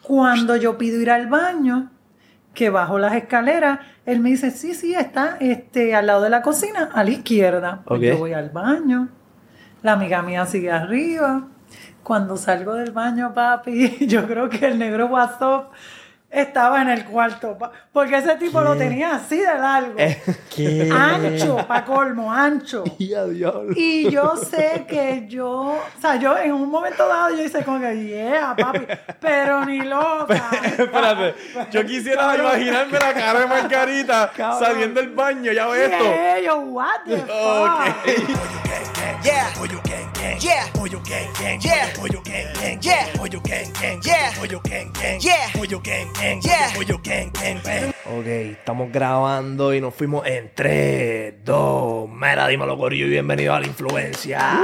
Cuando yo pido ir al baño, que bajo las escaleras, él me dice, sí, está al lado de la cocina, a la izquierda. Pues yo voy al baño, la amiga mía sigue arriba. Cuando salgo del baño, papi, yo creo que el negro WhatsApp estaba en el cuarto, porque ese tipo lo tenía así de largo. ¿Qué? Ancho, pa' colmo, ancho. Y yo sé que yo en un momento dado yo hice como que, yeah, papi, pero ni loca. Espérate, yo quisiera imaginarme la cara de Margarita saliendo del baño, ya ves esto. Yo, what the fuck? Yeah. Pollo gang gang. Yeah. Pollo gang gang. Yeah. Pollo gang gang. Yeah. Pollo gang gang. Yeah. Pollo gang gang. Yeah. Pollo gang gang. Yeah. Pollo gang gang. Ok, estamos grabando y nos fuimos en 3, 2. Mira, dímelo, corillo, y bienvenido a La Influencia.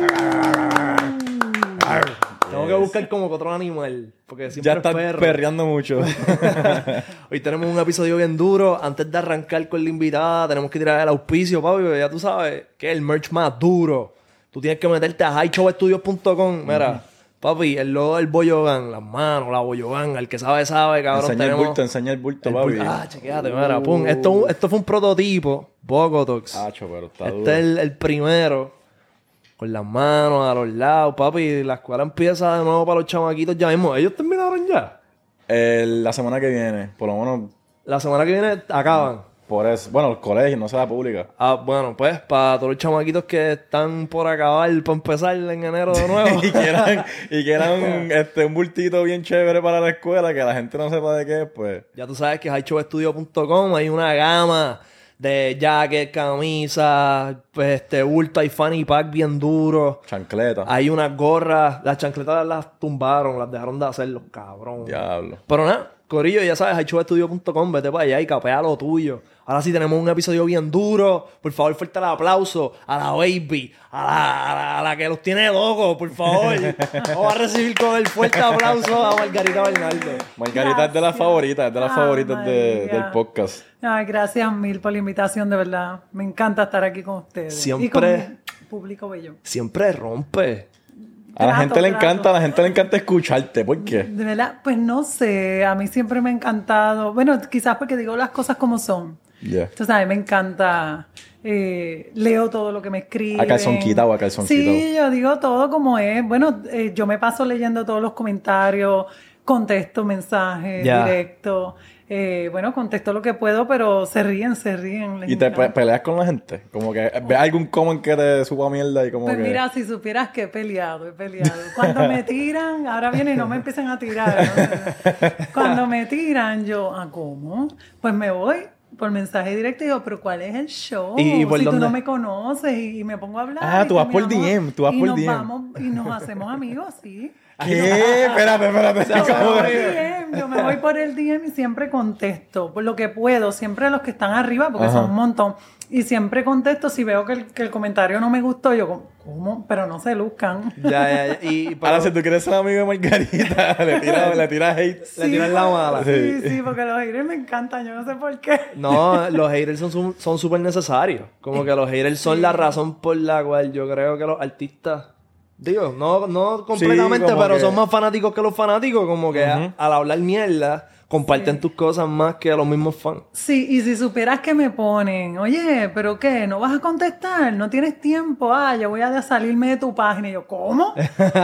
Tengo que buscar como que otro animal, porque siempre ya es estás perro. perreando mucho. Hoy tenemos un episodio bien duro. Antes de arrancar con la invitada, tenemos que tirar el auspicio, papi, porque ya tú sabes que es el merch más duro. Tú tienes que meterte a highshowstudios.com. Mira, papi, el logo del Boyogan, las manos, la Boyogan, el que sabe, cabrón. Enseña el bulto, papi. Chequéate, mira, pum. Esto fue un prototipo, Bogotox. Pero está duro. Este es el primero. Con las manos a los lados, papi. La escuela empieza de nuevo para los chamaquitos ya mismo. ¿Ellos terminaron ya? La semana que viene, por lo menos. La semana que viene acaban. Por eso. Bueno, el colegio, no se da pública. Bueno, pues, para todos los chamaquitos que están por acabar, para empezar en enero de nuevo. y quieran un bultito bien chévere para la escuela, que la gente no sepa de qué, pues. Ya tú sabes que highshowstudio.com hay una gama de jacket, camisas, pues bulto y fanny pack bien duro. Chancleta. Hay unas gorras. Las chancletas las tumbaron, las dejaron de hacerlo, cabrón. Diablo. Pero nada, corillo, ya sabes, highshowstudio.com, vete para allá y capea lo tuyo. Ahora sí tenemos un episodio bien duro. Por favor, fuerte el aplauso a la baby, a la que los tiene locos, por favor. Vamos a recibir con el fuerte aplauso a Margarita Bernardo. Margarita es de las favoritas, del podcast. Ay, gracias mil por la invitación, de verdad. Me encanta estar aquí con ustedes. Siempre. Y con mi público bello. Siempre rompe. A la gente le encanta escucharte. ¿Por qué? De verdad, pues no sé. A mí siempre me ha encantado. Bueno, quizás porque digo las cosas como son. Yeah. Entonces, a mí me encanta. Leo todo lo que me escriben. A calzón quitado. Sí, yo digo todo como es. Bueno, yo me paso leyendo todos los comentarios, contesto mensajes directos. Bueno, contesto lo que puedo, pero se ríen. ¿Y te peleas con la gente? Como que ves algún comment que te suba mierda y como pues que... mira, si supieras que he peleado. Cuando me tiran, ahora vienen y no me empiezan a tirar, ¿no? Cuando me tiran, yo, ¿cómo? Pues me voy por mensaje directo y digo, ¿pero cuál es el show? ¿Y por si dónde? tú no me conoces y me pongo a hablar. Tú vas por DM, Y nos hacemos amigos, sí. ¿Qué? Espérate. Yo me voy por el DM y siempre contesto por lo que puedo, siempre a los que están arriba, porque son un montón. Y siempre contesto si veo que el comentario no me gustó, yo, ¿cómo? Pero no se luzcan. Ya. Ahora, si tú quieres ser amigo de Margarita, le tiras hate. Le tiras la mala. Sí, porque los haters me encantan, yo no sé por qué. No, los haters son súper necesarios. Como que los haters son la razón por la cual yo creo que los artistas... Digo, no completamente, sí, pero que... son más fanáticos que los fanáticos. Como que al hablar mierda, comparten tus cosas más que los mismos fans. Sí, y si supieras que me ponen, oye, ¿pero qué? ¿No vas a contestar? ¿No tienes tiempo? Yo voy a salirme de tu página. Y yo, ¿cómo?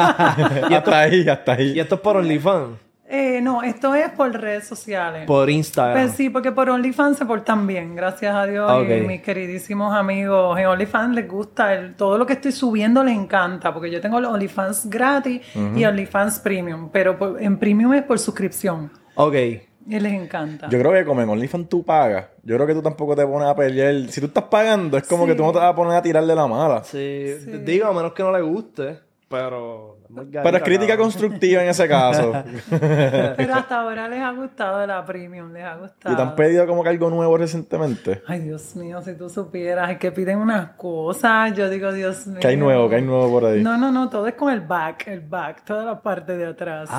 hasta ahí. ¿Y esto es por OnlyFans? No, esto es por redes sociales. Por Instagram. Pues sí, porque por OnlyFans se portan bien, gracias a Dios. Okay. Y mis queridísimos amigos en OnlyFans les gusta. Todo lo que estoy subiendo les encanta, porque yo tengo los OnlyFans gratis y OnlyFans Premium, pero en Premium es por suscripción. Ok. Y les encanta. Yo creo que como en OnlyFans tú pagas, yo creo que tú tampoco te pones a pelear. Si tú estás pagando, es como que tú no te vas a poner a tirarle la mala. Sí. Digo, a menos que no le guste, pero... Pero es crítica constructiva en ese caso. Pero hasta ahora les ha gustado la Premium, les ha gustado. ¿Y te han pedido como que algo nuevo recientemente? Ay, Dios mío, si tú supieras, es que piden unas cosas, yo digo, Dios mío. ¿Qué hay nuevo por ahí? No, todo es con el back, toda la parte de atrás.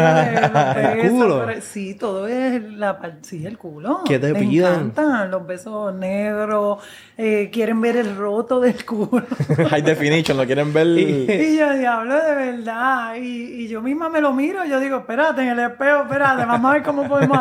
¿El culo? Sí, todo es el culo. ¿Qué te Les piden? encantan los besos negros, quieren ver el roto del culo. High definition, lo quieren ver. Y yo, diablo, de verdad. verdad. Y yo misma me lo miro y yo digo, espérate, en el espejo, espérate, vamos a ver cómo podemos...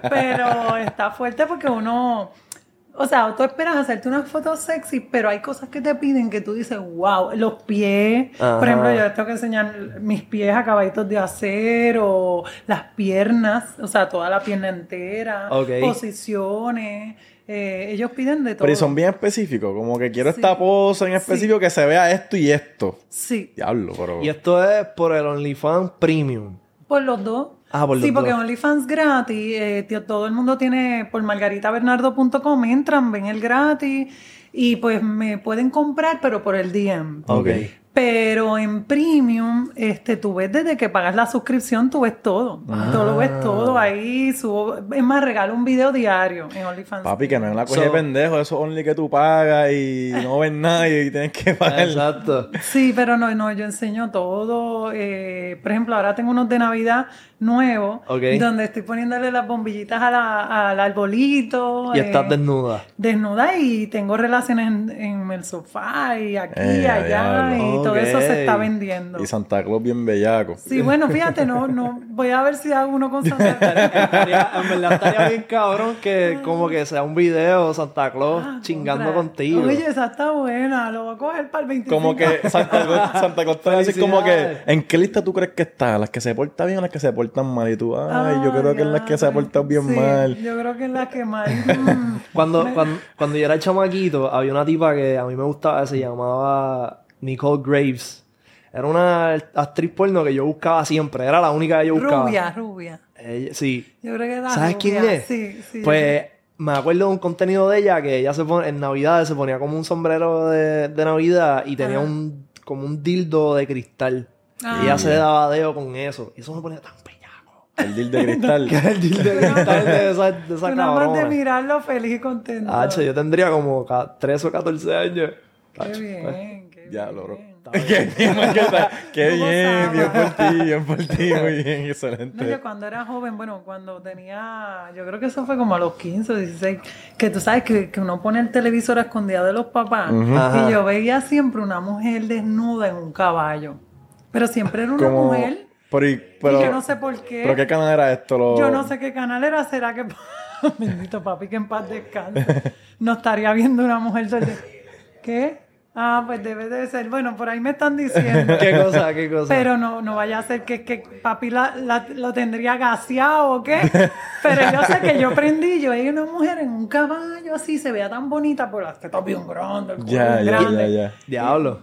Pero está fuerte porque uno... O sea, tú esperas hacerte unas fotos sexy, pero hay cosas que te piden que tú dices, wow, los pies. Ajá. Por ejemplo, yo les tengo que enseñar mis pies acabaditos de acero, las piernas, o sea, toda la pierna entera, Ok. posiciones. Ellos piden de todo. Pero y son bien específicos, como que quiero Sí. esta pose en específico que se vea esto y esto. Sí, Diablo, pero... Y esto es por el OnlyFans Premium. por los dos. Ah, por los Sí, porque dos. OnlyFans gratis, todo el mundo tiene por margaritabernardo.com, entran, ven el gratis y pues me pueden comprar, pero por el DM. Ok. Pero en Premium, tú ves desde que pagas la suscripción, tú ves todo. Tú lo ves todo ahí. Subo, es más, regalo un video diario en OnlyFans. Papi, que no es la cosa de So- pendejo, eso only que tú pagas y no ves nada y tienes que pagar. Exacto. Sí, pero no, yo enseño todo. Por ejemplo, ahora tengo unos de Navidad nuevos, Ok. donde estoy poniéndole las bombillitas al arbolito. Y estás desnuda. Desnuda y tengo relaciones en el sofá y aquí y allá diablo. y todo eso se está Ok. vendiendo. Y Santa Claus bien bellaco. Sí, bueno, fíjate, no, voy a ver si hago uno con Santa Claus. En verdad estaría bien cabrón que como que sea un video Santa Claus chingando Contra. contigo. Oye, esa está buena, lo voy a coger para el 25. Como que Santa Claus te va a decir como que, Felicidades. ¿en qué lista tú crees que está? ¿Las que se portan bien o las que se portan mal? Y tú, ay, yo creo que en las que se portan bien sí, mal. Yo creo que en las que mal. Cuando yo era chamaquito, había una tipa que a mí me gustaba, se llamaba Nicole Graves. Era una actriz porno que yo buscaba siempre. Era la única que yo buscaba. Rubia. Sí. Yo creo que era ¿Sabes rubia. quién es? Sí. Pues me acuerdo de un contenido de ella que ella se pone, en Navidad se ponía como un sombrero de Navidad y tenía como un dildo de cristal. Ah. Y ella se daba dedo con eso. Y eso me ponía tan peñaco. El deal de cristal. Que era el dildo de cristal de esa Tú nada más de cabrona. mirarlo feliz y contento. Yo tendría como 13 o 14 años. Qué bien, qué Ya, bien. logro. Qué bien, qué ¿Cómo bien, bien sabes? por ti, muy bien, No, yo excelente. cuando era joven, bueno, cuando tenía, yo creo que eso fue como a los 15 o 16, que tú sabes que uno pone el televisor a escondida de los papás, Ajá. y yo veía siempre una mujer desnuda en un caballo, pero siempre era una Como, mujer, pero, y yo no sé por qué, ¿pero qué canal era esto? yo no sé qué canal era, será que, bendito papi, que en paz descanse, no estaría viendo una mujer todo el día. ¿Qué? Ah, pues debe de ser, bueno, por ahí me están diciendo. ¿Qué cosa? Pero no vaya a ser que papi lo tendría gaseado o qué. Pero yo sé que yo prendí, yo veía una mujer en un caballo así, se veía tan bonita, por las tetas bien grandes, el culo Ya, bien ya, grande. ya. Diablo.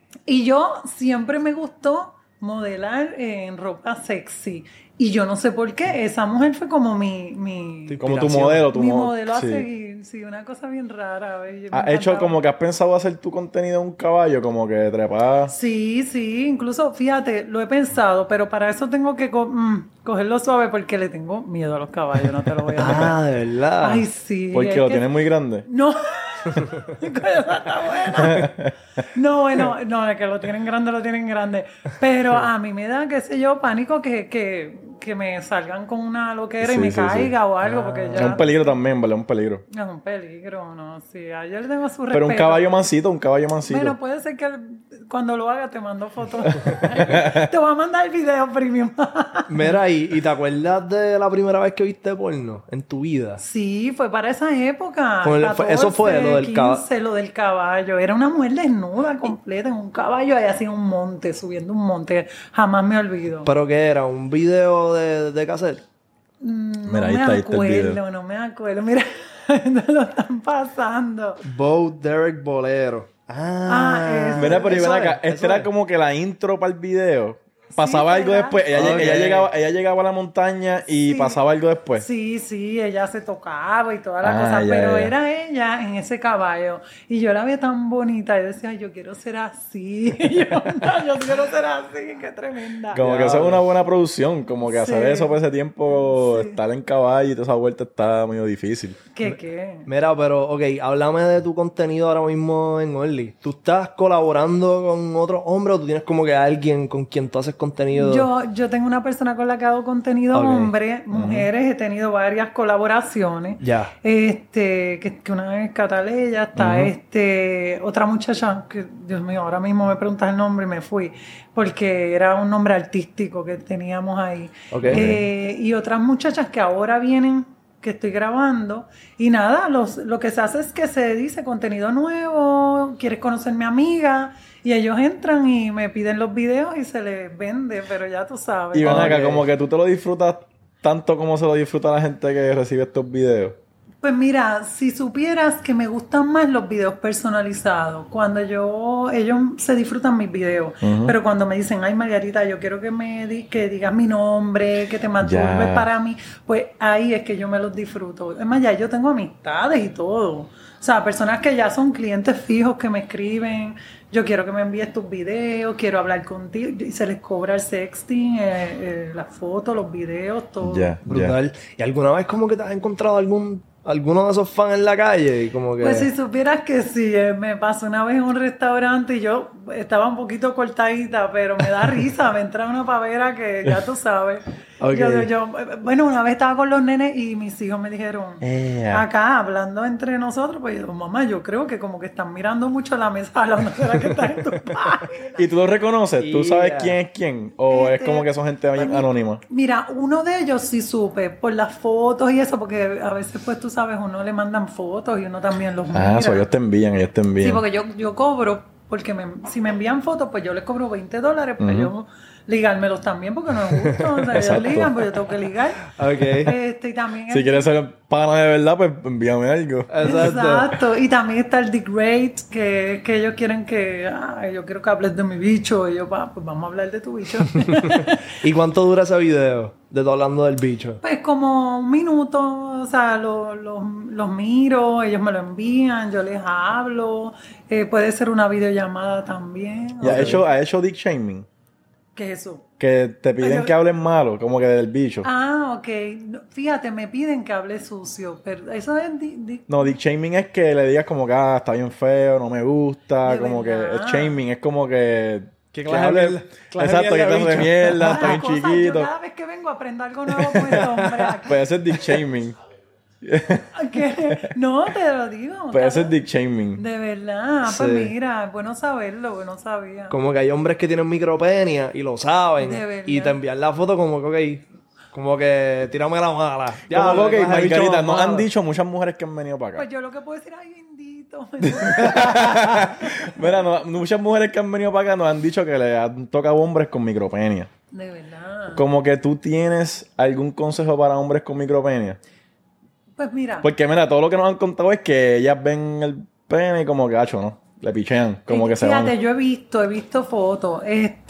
Y yo siempre me gustó modelar en ropa sexy. Y yo no sé por qué, esa mujer fue como mi Como tu modelo, mi modelo a sí. seguir. Sí, una cosa bien rara. Me ¿Has hecho encantaba. como que has pensado hacer tu contenido en un caballo? Como que trepar. Sí, incluso, fíjate, lo he pensado, pero para eso tengo que cogerlo suave porque le tengo miedo a los caballos, no te lo voy a negar. Ah, de verdad. Ay, sí. Porque es lo que- tienes muy grande. No. Esa está buena. No, bueno, no, es que lo tienen grande. Pero a mí me da, qué sé yo, pánico que me salgan con una loquera y Sí, me sí, caiga o algo, porque Es ya... un peligro también, ¿verdad? Un peligro. Es un peligro, ¿no? Sí, a yo le tengo su respeto. Pero un caballo mansito, un caballo mansito. Bueno, puede ser que cuando lo haga te mando fotos. Te voy a mandar el video premium. Mira, ¿y te acuerdas de la primera vez que viste porno en tu vida? Sí, fue para esa época. Eso fue lo del 15, lo del caballo. Era una mujer desnuda completa en un caballo ahí hacía un monte, subiendo un monte. Jamás me olvido. ¿Pero qué era? ¿Un video de cassette? Mira, ahí no está me el video. acuerdo, no me acuerdo. Mira, lo están pasando. Bo Derek Bolero. Ah, Mira, pero y ven eso acá. es, Este eso era es. como que la intro para el video. Pasaba algo ¿verdad? después. Ella Ok. llegaba a la montaña y Sí. pasaba algo después. Sí, ella se tocaba y toda la Ah, cosa, ya, pero ya. era ella en ese caballo. Y yo la veía tan bonita y decía, yo quiero ser así. Y yo, no, yo quiero ser así, qué tremenda. Como que eso es una buena producción. Como que hacer Sí. eso por ese tiempo, Sí. estar en caballo y toda esa vuelta está medio difícil. ¿Qué? Mira, pero, ok, háblame de tu contenido ahora mismo en Only. ¿Tú estás colaborando con otros hombres o tú tienes como que alguien con quien tú haces contenido? Yo tengo una persona con la que hago contenido hombres, mujeres, he tenido varias colaboraciones. Ya. Que una vez Cataleya, está otra muchacha, que Dios mío, ahora mismo me preguntas el nombre y me fui, porque era un nombre artístico que teníamos ahí. Y otras muchachas que ahora vienen, que estoy grabando, y nada, lo que se hace es que se dice contenido nuevo, quieres conocer mi amiga, y ellos entran y me piden los videos y se les vende, pero ya tú sabes. Y ven acá, como que tú te lo disfrutas tanto como se lo disfruta la gente que recibe estos videos. Pues mira, si supieras que me gustan más los videos personalizados, cuando ellos se disfrutan mis videos, pero cuando me dicen, ay Margarita, yo quiero que digas mi nombre, que te masturbes para mí, pues ahí es que yo me los disfruto. Es más, ya yo tengo amistades y todo. O sea, personas que ya son clientes fijos que me escriben, yo quiero que me envíes tus videos, quiero hablar contigo, y se les cobra el sexting, las fotos, los videos, todo. Brutal. ¿Y alguna vez como que te has encontrado alguno de esos fans en la calle? Y como que... Pues si supieras que sí, me pasó una vez en un restaurante y yo estaba un poquito cortadita, pero me da risa, me entra una pavera que ya tú sabes. Bueno, una vez estaba con los nenes y mis hijos me dijeron, acá hablando entre nosotros, pues yo, mamá, yo creo que como que están mirando mucho la mesa, ¿no será que está en tu página? ¿Y tú lo reconoces? ¿Tú sabes quién es quién? ¿O es como que son gente bien anónima? Mira, uno de ellos sí supe, por las fotos y eso, porque a veces pues tú sabes, uno le mandan fotos y uno también los mira. Ellos te envían. Sí, porque yo cobro, porque si me envían fotos, pues yo les cobro $20, pues yo ligármelos también, porque no es justo. O sea, ellos ligan, pues yo tengo que ligar. Y también si quieres ser pana de verdad, pues envíame algo. Exacto. Y también está el The Great, que ellos quieren yo quiero que hables de mi bicho. Y yo, pues vamos a hablar de tu bicho. ¿Y cuánto dura ese video de tú hablando del bicho? Pues como 1 minuto, o sea, los miro, ellos me lo envían, yo les hablo. Puede ser una videollamada también. ¿Y ha hecho dick shaming? ¿Qué es eso? Que te piden que hablen malo, como que del bicho. Ok. No, fíjate, me piden que hable sucio, pero eso es... No, dick shaming es que le digas como que está bien feo, no me gusta, como que es shaming, es como que... ¿Qué clase de mierda? Exacto, que clase de mierda, está bien chiquito. Yo cada vez que vengo aprendo algo nuevo con este hombre aquí. Pues ese es dick shaming. No, te lo digo. Pues ese es dick shaming. De verdad, pues mira, bueno saberlo, bueno sabía. Como que hay hombres que tienen micropenia y lo saben. Y te envían la foto como que, como que tírame la mala. Como que, Margarita, nos han dicho muchas mujeres que han venido para acá. Pues yo lo que puedo decir, ay, bendito. Mira, muchas mujeres que han venido para acá nos han dicho que le han tocado hombres con micropenia. De verdad. Como que tú tienes algún consejo para hombres con micropenia. Pues mira. Porque mira, todo lo que nos han contado es que ellas ven el pene y como que, ¿no? Le pichean, como que se van. Fíjate, yo he visto fotos,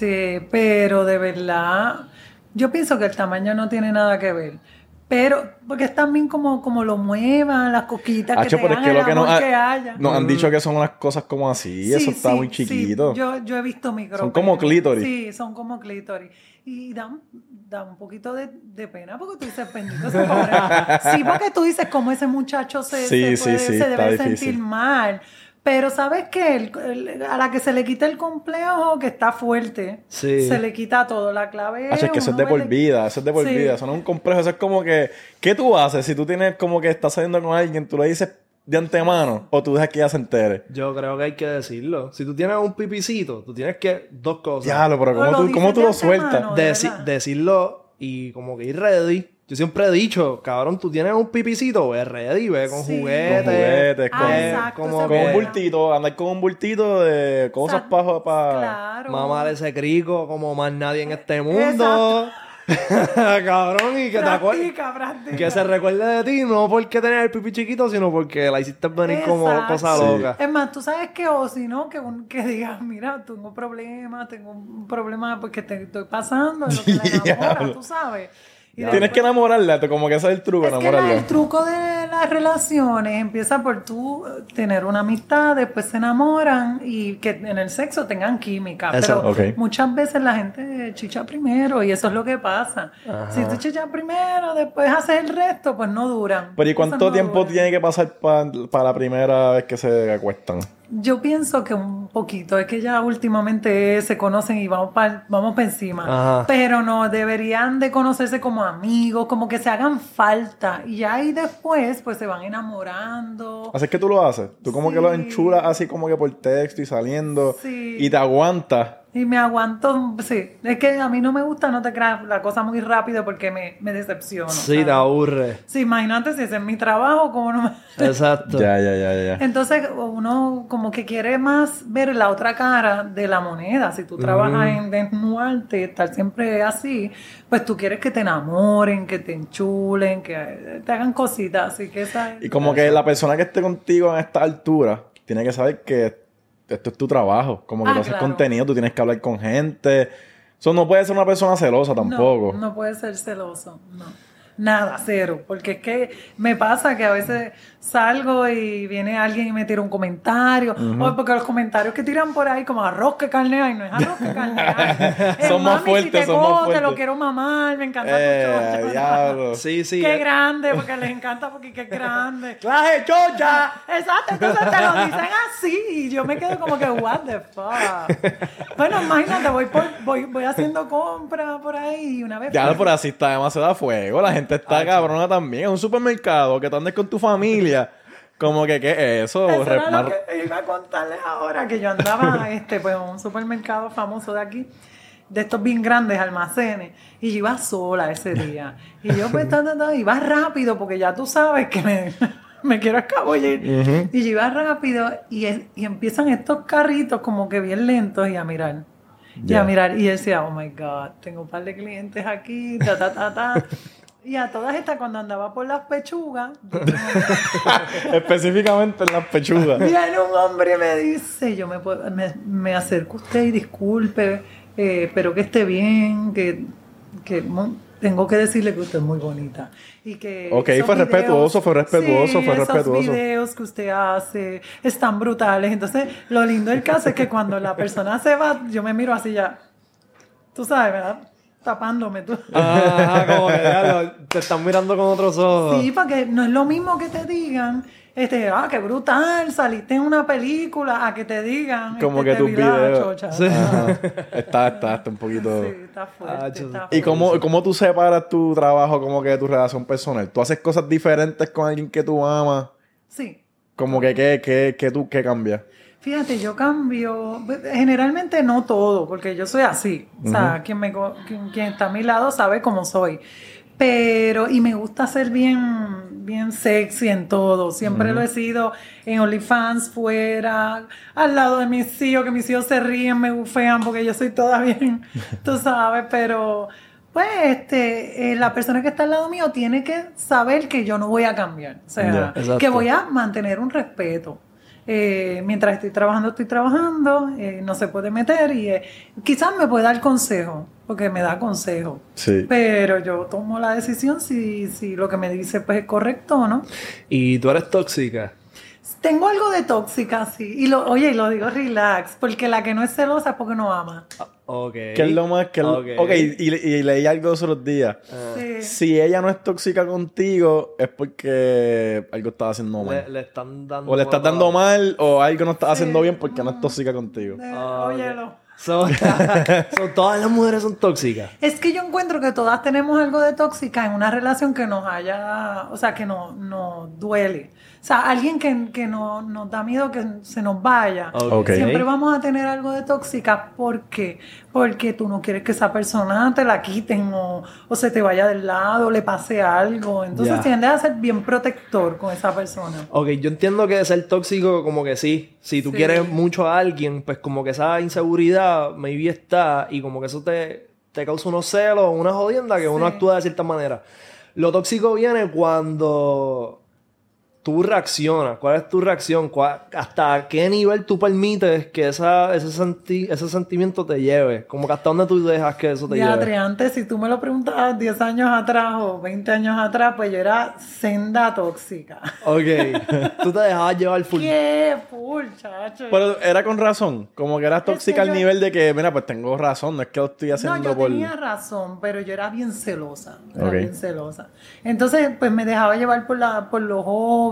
pero de verdad, yo pienso que el tamaño no tiene nada que ver. Pero, porque es también como lo muevan, las cosquillitas que te dan, el amor que haya. Nos han dicho que son unas cosas como así, sí, eso está muy chiquito. Sí. Yo he visto micrófonos. Son como clítoris. Sí, son como clítoris. Y da un poquito de pena porque tú dices, bendito ese pobre. Sí, porque tú dices cómo ese muchacho se debe sentir mal. Pero ¿sabes qué? A la que se le quita el complejo, que está fuerte, se le quita todo. La clave es que eso es de por vida, eso no es un complejo. Eso es como que, ¿qué tú haces? Si tú tienes como que estás saliendo con alguien, tú le dices de antemano o tú dejas que ella se entere. Yo creo que hay que decirlo. Si tú tienes un pipicito, tú tienes que... 2 cosas. Diablo, pero ¿cómo tú lo sueltas? Decirlo y como que ir ready. Yo siempre he dicho, cabrón, tú tienes un pipicito, ve ready, ve con juguetes. Con un bultito, andar con un bultito de cosas para mamar ese crico como más nadie en este mundo. Cabrón, y que te acuerdes que se recuerde de ti, no porque tener el pipi chiquito, sino porque la hiciste venir como cosa loca. Es más, tú sabes que, o si no, que digas, mira, tengo un problema porque te estoy pasando, lo que la enamora, tú sabes. Tienes que enamorarla, como que ese es el truco, enamorarla. El truco de las relaciones empieza por tú tener una amistad, después se enamoran y que en el sexo tengan química. Pero muchas veces la gente chicha primero y eso es lo que pasa. Ajá. Si tú chichas primero, después haces el resto, pues no duran. Pero ¿y cuánto tiempo tiene que pasar para la primera vez que se acuestan? Yo pienso que un poquito, es que ya últimamente se conocen y vamos pa encima, Ajá. pero no, deberían de conocerse como amigos, como que se hagan falta, y ahí después pues se van enamorando. Así es que tú lo haces. Tú como Sí. que lo enchulas así como que por texto y saliendo. Sí. Y te aguantas. Y me aguanto, sí, es que a mí no me gusta, no te creas, la cosa muy rápido porque me decepciono. Sí, ¿sabes? te aburre. Sí, imagínate si ese es mi trabajo, como no me... Exacto. Ya. Entonces uno como que quiere más ver la otra cara de la moneda. Si tú trabajas en desnudarte, estar siempre así, pues tú quieres que te enamoren, que te enchulen, que te hagan cositas. Así que esa es... Y como que la persona que esté contigo en esta altura tiene que saber que esto es tu trabajo. Como que tú haces claro. contenido, tú tienes que hablar con gente. Eso no puede ser una persona celosa tampoco. No puede ser celoso, no. Nada, cero. Porque es que me pasa que a veces salgo y viene alguien y me tira un comentario. O porque los comentarios que tiran por ahí, como arroz que carne hay, no es arroz que carne hay. Es, Son más mami, fuertes, si te son más cojo, te fuertes. lo quiero mamar, me encanta tu chocha. Diablo. Sí, sí. Qué grande, porque les encanta porque qué grande. ¡Clase chocha! Exacto, entonces te lo dicen así y yo me quedo como que, what the fuck. Bueno, imagínate, voy haciendo compras por ahí y una vez... Ya por así está demasiado a fuego. La gente está cabrona también. Es un supermercado que tú andes con tu familia. Como que, ¿qué es eso? Eso era lo que iba a contarles ahora, que yo andaba pues, en un supermercado famoso de aquí, de estos bien grandes almacenes, y yo iba sola ese día. Y yo pues iba rápido, porque ya tú sabes que me quiero escabullir. Y yo iba rápido, y empiezan estos carritos como que bien lentos, y a mirar. Y a mirar, y decía, oh my God, tengo un par de clientes aquí, Y a todas estas, cuando andaba por las pechugas, Específicamente en las pechugas. viene un hombre y me dice, me acerco a usted y disculpe, pero que esté bien, que tengo que decirle que usted es muy bonita. Y que Ok, esos fue respetuoso. Esos videos que usted hace están brutales. Entonces, lo lindo del caso es que cuando la persona se va, yo me miro así ya, tú sabes, ¿verdad? Tapándome tú. Ajá, como que diablo, te están mirando con otros ojos. Sí, porque no es lo mismo que te digan, qué brutal, saliste en una película, a que te digan, Como que te tus vi la videos. chocha. Sí. Ajá. Está un poquito... Sí, está fuerte, está ¿Y fuerte. cómo tú separas tu trabajo como que de tu relación personal? ¿Tú haces cosas diferentes con alguien que tú amas? Sí. Como que ¿qué cambias? Fíjate, yo cambio, generalmente no todo, porque yo soy así. O sea, quien está a mi lado sabe cómo soy. Y me gusta ser bien sexy en todo. Siempre lo he sido en OnlyFans, fuera, al lado de mis hijos, que mis hijos se ríen, me bufean, porque yo soy toda bien, tú sabes, pero... Pues la persona que está al lado mío tiene que saber que yo no voy a cambiar. O sea, exacto. que voy a mantener un respeto. Mientras estoy trabajando, no se puede meter y quizás me puede dar consejo, porque me da consejo. Sí. Pero yo tomo la decisión si lo que me dice pues es correcto o no. ¿Y tú eres tóxica? Tengo algo de tóxica, sí. Y lo digo relax, porque la que no es celosa es porque no ama. Ok. ¿Qué es lo más que... Ok, y leí algo los otros días. Sí. Si ella no es tóxica contigo, es porque algo estás haciendo mal. Le están dando... O le estás dando mal, o algo no estás haciendo bien porque no es tóxica contigo. Óyelo. Todas las mujeres son tóxicas. Es que yo encuentro que todas tenemos algo de tóxica en una relación que nos haya, o sea, que nos duele. O sea, alguien que nos da miedo que se nos vaya. Ok. Siempre vamos a tener algo de tóxica. ¿Por qué? Porque tú no quieres que esa persona te la quiten o se te vaya del lado, o le pase algo. Entonces Ya. tiendes a ser bien protector con esa persona. Ok, yo entiendo que ser tóxico como que sí. Si tú Sí. quieres mucho a alguien, pues como que esa inseguridad maybe está y como que eso te causa unos celos, una jodienda que uno Sí. actúa de cierta manera. Lo tóxico viene cuando tú reaccionas. ¿Cuál es tu reacción? ¿Hasta qué nivel tú permites que ese sentimiento te lleve? Como que hasta dónde tú dejas que eso te lleve. Antes, si tú me lo preguntabas 10 años atrás o 20 años atrás, pues yo era senda tóxica. Ok. Tú te dejabas llevar full. ¡Qué full, chacho! Pero era con razón. Como que eras tóxica al nivel de que, mira, pues tengo razón. No es que lo estoy haciendo No, yo por... tenía razón, pero yo era bien celosa. Ok. Entonces, pues me dejaba llevar por los jóvenes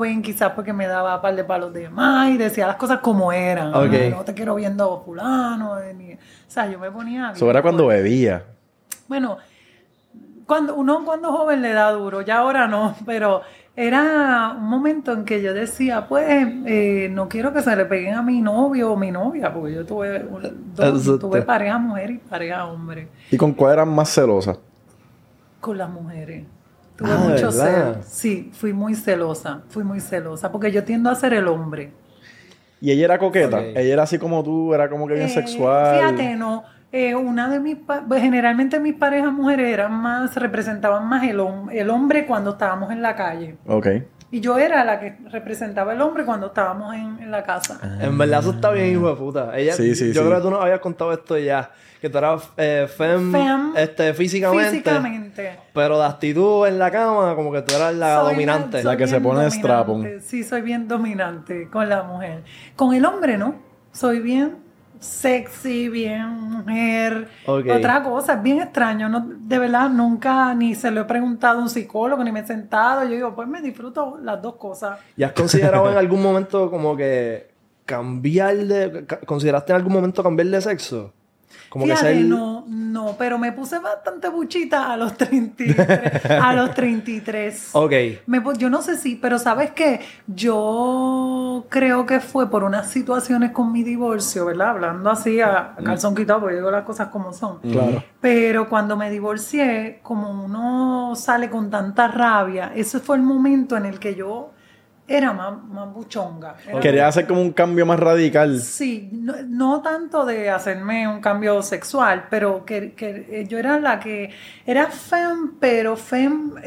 joven, quizás porque me daba un par de palos de más y decía las cosas como eran. Okay. No te quiero viendo fulano. O sea, yo me ponía... Eso era cuando bebía. Bueno, cuando joven le da duro, ya ahora no, pero era un momento en que yo decía, pues, no quiero que se le peguen a mi novio o mi novia, porque yo tuve pareja mujer y pareja hombre. ¿Y con cuál eran más celosas? Con las mujeres. Tuve mucho celo. Sí, fui muy celosa, porque yo tiendo a ser el hombre. ¿Y ella era coqueta? Okay. ¿Ella era así como tú? ¿Era como que bien sexual? Fíjate, no. Una de generalmente mis parejas mujeres representaban más el hombre cuando estábamos en la calle. Ok. Y yo era la que representaba el hombre cuando estábamos en la casa. En verdad eso está bien, hijo de puta. Sí, yo creo que tú nos habías contado esto ya. Que tú eras fem físicamente. Pero de actitud en la cama, como que tú eras la dominante. La que se pone el strapon. Sí, soy bien dominante con la mujer. Con el hombre, ¿no? Soy bien sexy, bien mujer. Okay. Otra cosa, es bien extraño. No, de verdad, nunca ni se lo he preguntado a un psicólogo, ni me he sentado. Yo digo, pues me disfruto las dos cosas. ¿Y has considerado en algún momento como que consideraste en algún momento cambiar de sexo? Como Fíjate, que no, pero me puse bastante buchita a los 33. A los 33. Ok. Yo no sé si, pero ¿sabes qué? Yo creo que fue por unas situaciones con mi divorcio, ¿verdad? Hablando así a calzón quitado, porque yo digo las cosas como son. Claro. Pero cuando me divorcié, como uno sale con tanta rabia, ese fue el momento en el que yo era más buchonga. Quería hacer como un cambio más radical. Sí, no tanto de hacerme un cambio sexual, pero que yo era la que era femme, pero femme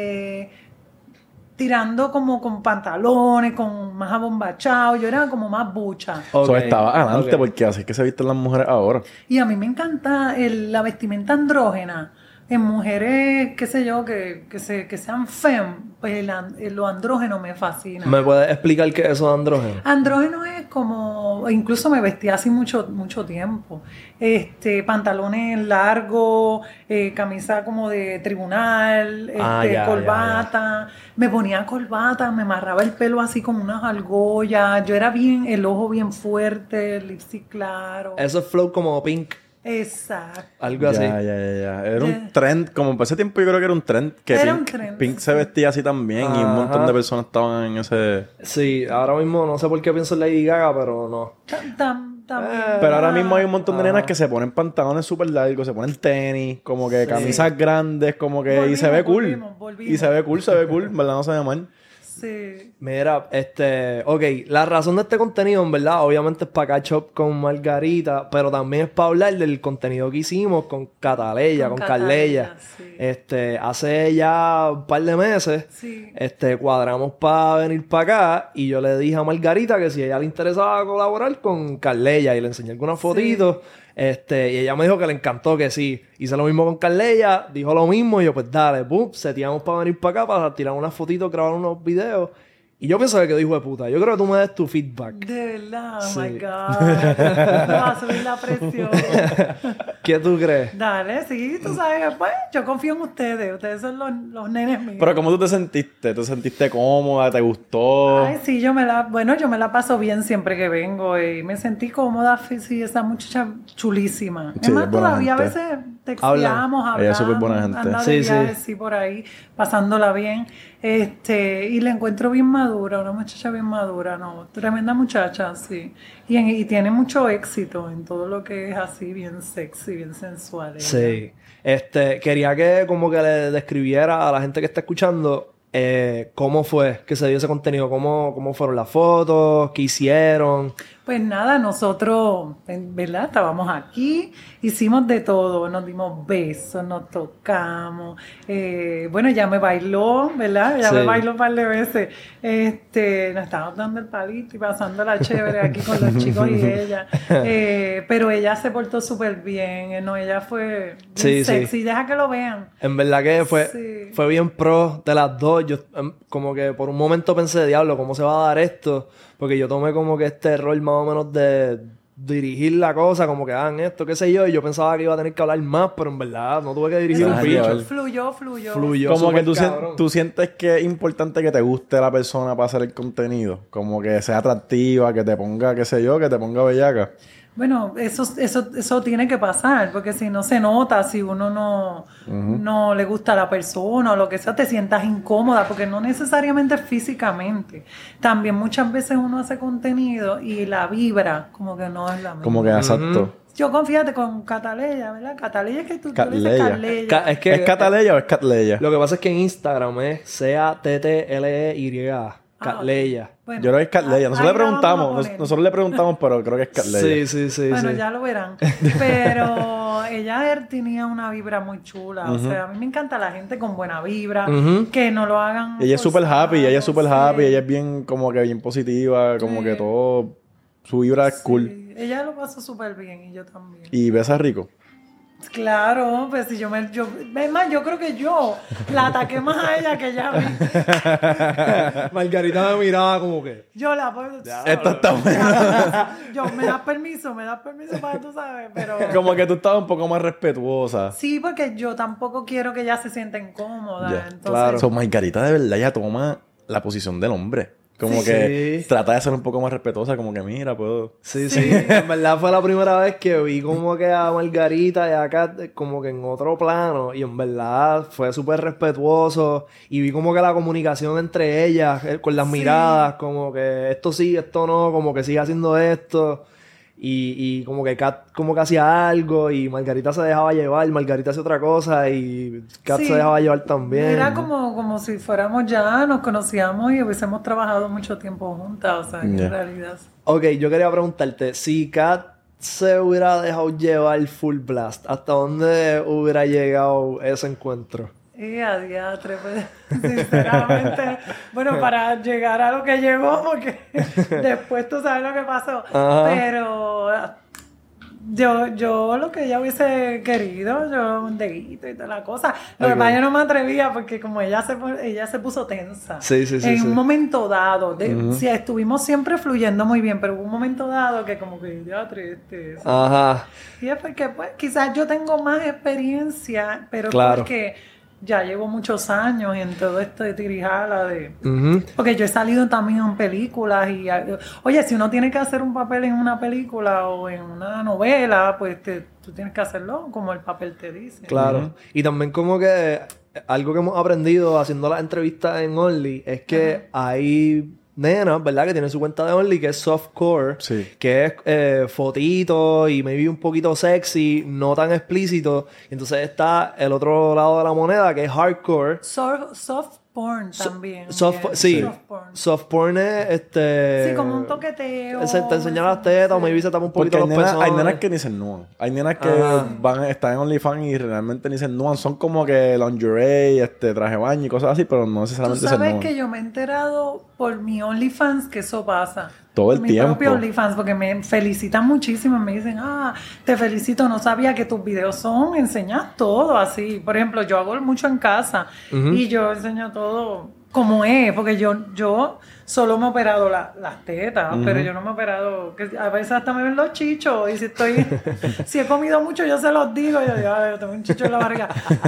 tirando como con pantalones, con más abombachado. Yo era como más bucha. Okay. Estaba adelante porque así es que se visten las mujeres ahora. Y a mí me encanta la vestimenta andrógena. En mujeres, qué sé yo, que sean femme, pues lo andrógeno me fascina. ¿Me puedes explicar qué es eso de andrógeno? Andrógeno es como, incluso me vestía así mucho tiempo. Pantalones largos, camisa como de tribunal, corbata. Me ponía corbata, me amarraba el pelo así como unas argollas. Yo era el ojo bien fuerte, el lipstick claro. Eso es flow como Pink. Exacto. Algo así. Ya. Era un trend, como por ese tiempo yo creo que era un trend. Que Pink se vestía así también y un montón de personas estaban en ese... Sí, ahora mismo no sé por qué pienso en Lady Gaga, pero no. Pero ahora mismo hay un montón de nenas que se ponen pantalones súper largos, se ponen tenis, como que camisas grandes, como que... y se ve cool. Volvimos. Y se ve cool, ¿verdad? No se ve mal. Sí. Mira, ok, la razón de este contenido, en verdad, obviamente es para catch up con Margarita, pero también es para hablar del contenido que hicimos con Cataleya, con Carleya. Sí. Hace ya un par de meses, Sí. Cuadramos para venir para acá y yo le dije a Margarita que si a ella le interesaba colaborar con Carleya y le enseñé algunas fotitos. Y ella me dijo que le encantó, que sí. Hice lo mismo con Carleya, dijo lo mismo y yo, pues dale, seteamos para venir para acá para tirar unas fotitos, grabar unos videos. Y yo pienso que quedó hijo de puta. Yo creo que tú me des tu feedback. De verdad, Sí. oh my God. Me va a subir la presión. ¿Qué tú crees? Dale, sí, tú sabes, pues yo confío en ustedes. Ustedes son los nenes míos. Pero ¿cómo tú te sentiste? ¿Te sentiste cómoda? ¿Te gustó? Ay, sí, yo me la paso bien siempre que vengo y me sentí cómoda. Sí, esa muchacha chulísima. Sí, Es más, es buena todavía gente. a veces texteamos, hablamos. Ella es súper buena gente. Anda de Sí, viaje, sí. sí, por ahí, pasándola bien. Y la encuentro bien madura, una muchacha bien madura, ¿no? Tremenda muchacha, sí. Y tiene mucho éxito en todo lo que es así, bien sexy, bien sensual. ella. Sí. Quería que como que le describiera a la gente que está escuchando cómo fue que se dio ese contenido, cómo fueron las fotos, qué hicieron. Pues nada, nosotros, ¿verdad? Estábamos aquí, hicimos de todo, nos dimos besos, nos tocamos. Bueno, ella me bailó, ¿verdad? Ella Sí. me bailó un par de veces. Nos estábamos dando el palito y pasándola chévere aquí con los chicos y ella. Pero ella se portó súper bien, ¿no? Ella fue bien Sí, sexy. sí. Deja que lo vean. En verdad que Sí. fue bien pro de las dos. Yo como que por un momento pensé, diablo, ¿cómo se va a dar esto? Porque yo tomé como que este rol más o menos de dirigir la cosa, como que hagan esto, qué sé yo, y yo pensaba que iba a tener que hablar más, pero en verdad no tuve que dirigir un bicho. Fluyó. Como que tú sientes que es importante que te guste la persona para hacer el contenido. Como que sea atractiva, que te ponga, qué sé yo, que te ponga bellaca. Bueno, eso tiene que pasar, porque si no se nota, si uno no le gusta a la persona o lo que sea, te sientas incómoda, porque no necesariamente físicamente. También muchas veces uno hace contenido y la vibra como que no es la misma. Como que exacto. Yo confíate con Cataleya, ¿verdad? Cataleya es que tú le dices Cataleya. ¿Es Cataleya o es Catleya? Lo que pasa es que en Instagram es CATTLEY. Catleya. Bueno, yo creo que es Catleya. Nosotros le preguntamos, pero creo que es Catleya. Sí. Bueno, ya lo verán. Pero ella tenía una vibra muy chula. O sea, a mí me encanta la gente con buena vibra. Que no lo hagan. Ella es súper happy. Ella es súper happy. Ella es bien, como que bien positiva. Como que todo. Su vibra es cool. Ella lo pasó súper bien y yo también. ¿Y besa rico? Claro, pues si es más, yo creo que yo la ataqué más a ella que ella a mí. Margarita me miraba como que... Yo la puedo... Esto está bueno. Yo, me das permiso para que tú sabes, pero... Como que tú estabas un poco más respetuosa. Sí, porque yo tampoco quiero que ella se sienta incómoda. Yeah, entonces... Claro. Margarita de verdad ya toma la posición del hombre. Como que trata de ser un poco más respetuosa, como que mira, puedo... Sí. En verdad fue la primera vez que vi como que a Margarita y acá como que en otro plano. Y en verdad fue súper respetuoso. Y vi como que la comunicación entre ellas, con las miradas, como que esto sí, esto no, como que sigue haciendo esto. Y como que Kat como que hacía algo y Margarita se dejaba llevar, Margarita hacía otra cosa y Kat se dejaba llevar también. Era como si fuéramos ya, nos conocíamos y hubiésemos trabajado mucho tiempo juntas, o sea, en realidad. Ok, yo quería preguntarte, si Kat se hubiera dejado llevar full blast, ¿hasta dónde hubiera llegado ese encuentro? Adiatre, pues, sinceramente, bueno, para llegar a lo que llegó, porque después tú sabes lo que pasó, pero yo lo que ella hubiese querido, yo un dedito y toda la cosa, lo que pasa yo no me atrevía porque como ella se puso tensa, en un momento dado, sí, estuvimos siempre fluyendo muy bien, pero hubo un momento dado que como que y es porque pues quizás yo tengo más experiencia, pero porque ya llevo muchos años en todo esto de tirijala porque yo he salido también en películas y oye, si uno tiene que hacer un papel en una película o en una novela, pues tú tienes que hacerlo como el papel te dice. Claro. Y también como que algo que hemos aprendido haciendo las entrevistas en Only es que hay nenas, ¿verdad? Que tienen su cuenta de Only, que es softcore, que es fotito y maybe un poquito sexy, no tan explícito. Entonces está el otro lado de la moneda, que es hardcore. Soft porn también. Soft porn. Soft porn es sí, como un toqueteo. Te enseñan las tetas o maybe se tapa un poquito los pezones. Hay nenas que ni se ennúan. Hay nenas que están en OnlyFans y realmente ni se ennúan. Son como que lingerie, traje de baño y cosas así, pero no necesariamente se ennúan. ¿Tú sabes que yo me he enterado por mi OnlyFans que eso pasa? Todo el tiempo. Mi propio OnlyFans, porque me felicitan muchísimo. Me dicen, te felicito, no sabía que tus videos enseñas todo así. Por ejemplo, yo hago mucho en casa y yo enseño todo como es, porque yo solo me he operado las tetas, pero yo no me he operado, que a veces hasta me ven los chichos y si he comido mucho yo se los digo, yo tengo un chicho en la barriga,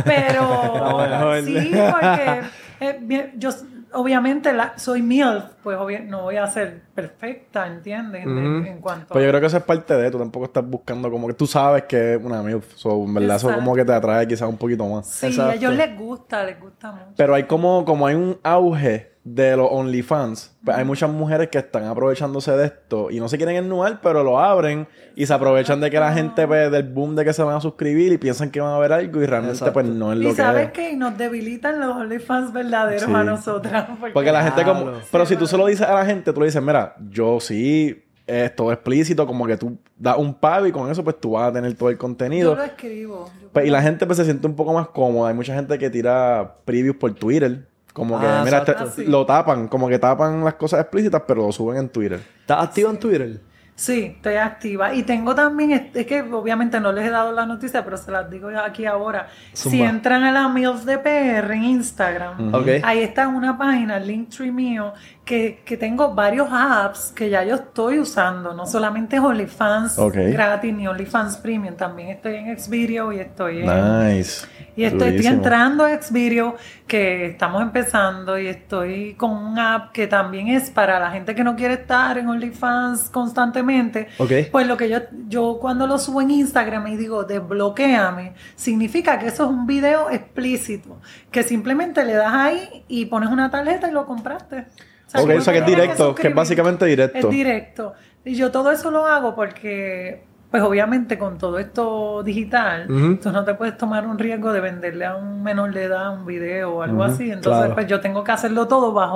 pero sí, porque yo obviamente soy MILF, pues no voy a ser perfecta, ¿entiendes? En cuanto pues yo creo que eso es parte de tú tampoco estás buscando como que tú sabes que es una MILF, en verdad eso como que te atrae quizás un poquito más. Sí, a ellos les gusta mucho. Pero hay como hay un auge de los OnlyFans, pues hay muchas mujeres que están aprovechándose de esto y no se quieren ennudar, pero lo abren y se aprovechan de que la gente del boom de que se van a suscribir y piensan que van a ver algo y realmente pues no es lo que es. Y sabes que nos debilitan los OnlyFans verdaderos a nosotras. Porque la gente pero si tú se lo dices a la gente, tú le dices, mira, yo sí, es todo explícito, como que tú das un pago y con eso pues tú vas a tener todo el contenido. Yo lo escribo. Y la gente pues se siente un poco más cómoda. Hay mucha gente que tira previews por Twitter. Como que, mira, lo tapan. Como que tapan las cosas explícitas, pero lo suben en Twitter. ¿Estás activo en Twitter? Sí, estoy activa. Y tengo también, es que obviamente no les he dado la noticia, pero se las digo ya aquí ahora. Zumba. Si entran a la MILF de PR en Instagram, Ok. ahí está una página, el Linktree mío, que tengo varios apps que ya yo estoy usando. No solamente es OnlyFans gratis ni OnlyFans Premium, también estoy en Xvideo y estoy en... Nice. Y estoy Durísimo. entrando a Xvideo, que estamos empezando, y estoy con un app que también es para la gente que no quiere estar en OnlyFans constantemente. Ok. Pues lo que yo cuando lo subo en Instagram y digo desbloquéame, significa que eso es un video explícito, que simplemente le das ahí y pones una tarjeta y lo compraste. Ok, o sea que es tienes directo, que es suscribir. básicamente directo. Es directo. Y yo todo eso lo hago porque, pues obviamente con todo esto digital, tú no te puedes tomar un riesgo de venderle a un menor de edad un video o algo así. Entonces, claro. pues yo tengo que hacerlo todo bajo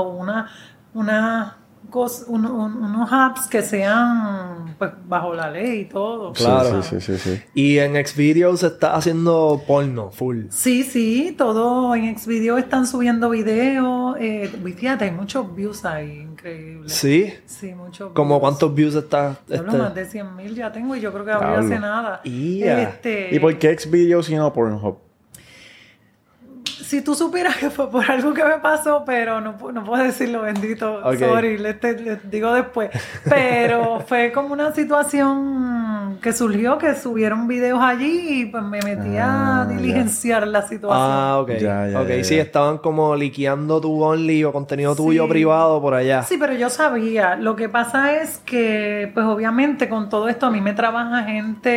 unos apps que sean pues bajo la ley y todo. Claro. Sí. Y en Xvideos se está haciendo porno full. Sí, todo en Xvideo están subiendo videos. Fíjate, hay muchos views ahí, increíble. ¿Sí? Sí, muchos ¿Como views. cuántos views está? Hablo más de 100,000 ya tengo y yo creo que abrió Diablo. hace nada. Ia. ¿Y por qué Xvideos y no Pornhub? Si tú supieras que fue por algo que me pasó, pero no puedo decirlo, bendito, Ok. sorry, les digo después. Pero fue como una situación que surgió, que subieron videos allí y pues me metí a diligenciar la situación. Ah, ok. Ya, Ok, ya. sí, estaban como liqueando tu Only o contenido tuyo Sí. privado por allá. Sí, pero yo sabía. Lo que pasa es que, pues obviamente con todo esto a mí me trabaja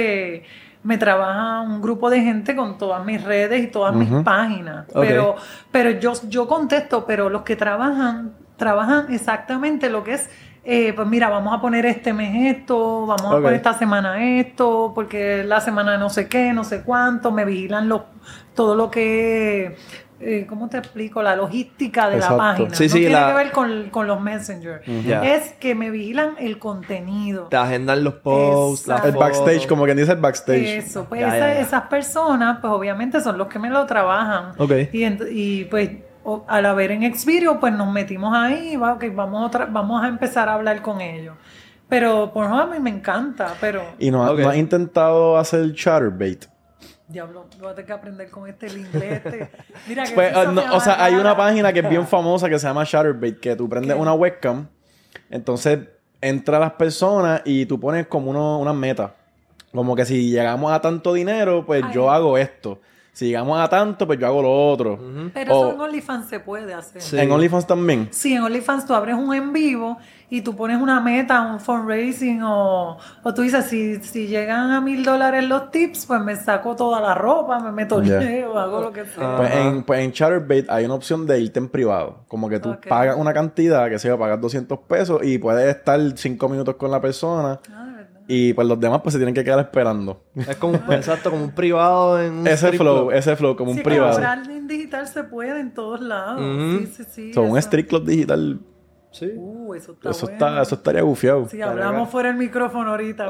un grupo de gente con todas mis redes y todas mis páginas. Ok. Pero yo contesto, pero los que trabajan exactamente lo que es, pues mira, vamos a poner este mes esto, vamos a Ok. poner esta semana esto, porque la semana no sé qué, no sé cuánto, me vigilan todo lo que... ¿cómo te explico? La logística de Exacto. la página. Sí, no sí, tiene que ver con los Messenger. Ya. Es que me vigilan el contenido. Te agendan los posts, las Exacto. El backstage, fotos. como quien dice el backstage. Eso, pues Ya. esas personas, pues obviamente son los que me lo trabajan. Ok. Y pues al haber en Xvideo, pues nos metimos ahí, vamos a empezar a hablar con ellos. Pero por ejemplo, a mí me encanta, pero ¿Y no, Ok. no has intentado hacer chatterbait? diablo, voy a tener que aprender con el inglés. Mira que Pues, eso se me o sea, hay una amarra. página que es bien famosa que se llama Chatterbait, que tú prendes ¿Qué? una webcam, entonces entran las personas y tú pones como una meta. Como que si llegamos a tanto dinero, pues Ay. yo hago esto. Si llegamos a tanto, pues yo hago lo otro. Pero O- eso en OnlyFans se puede hacer. Sí. En OnlyFans también. Sí, en OnlyFans tú abres un en vivo y tú pones una meta, un fundraising o tú dices, si llegan a $1,000 los tips, pues me saco toda la ropa, me meto Ya. leo, hago lo que sea. Pues en Chatterbait hay una opción de irte en privado. Como que tú Ok. pagas una cantidad, que se va a pagar 200 pesos y puedes estar 5 minutos con la persona. Ah, de verdad. Y pues los demás pues se tienen que quedar esperando. Es como exacto, como un privado en un Ese strip club. flow, como un Sí, privado. que ahora en digital se puede en todos lados. Ujú. Sí. So, un eso. street club digital, Sí. Eso está eso bueno. estaría gufiado. Sí, hablamos fuera del micrófono ahorita.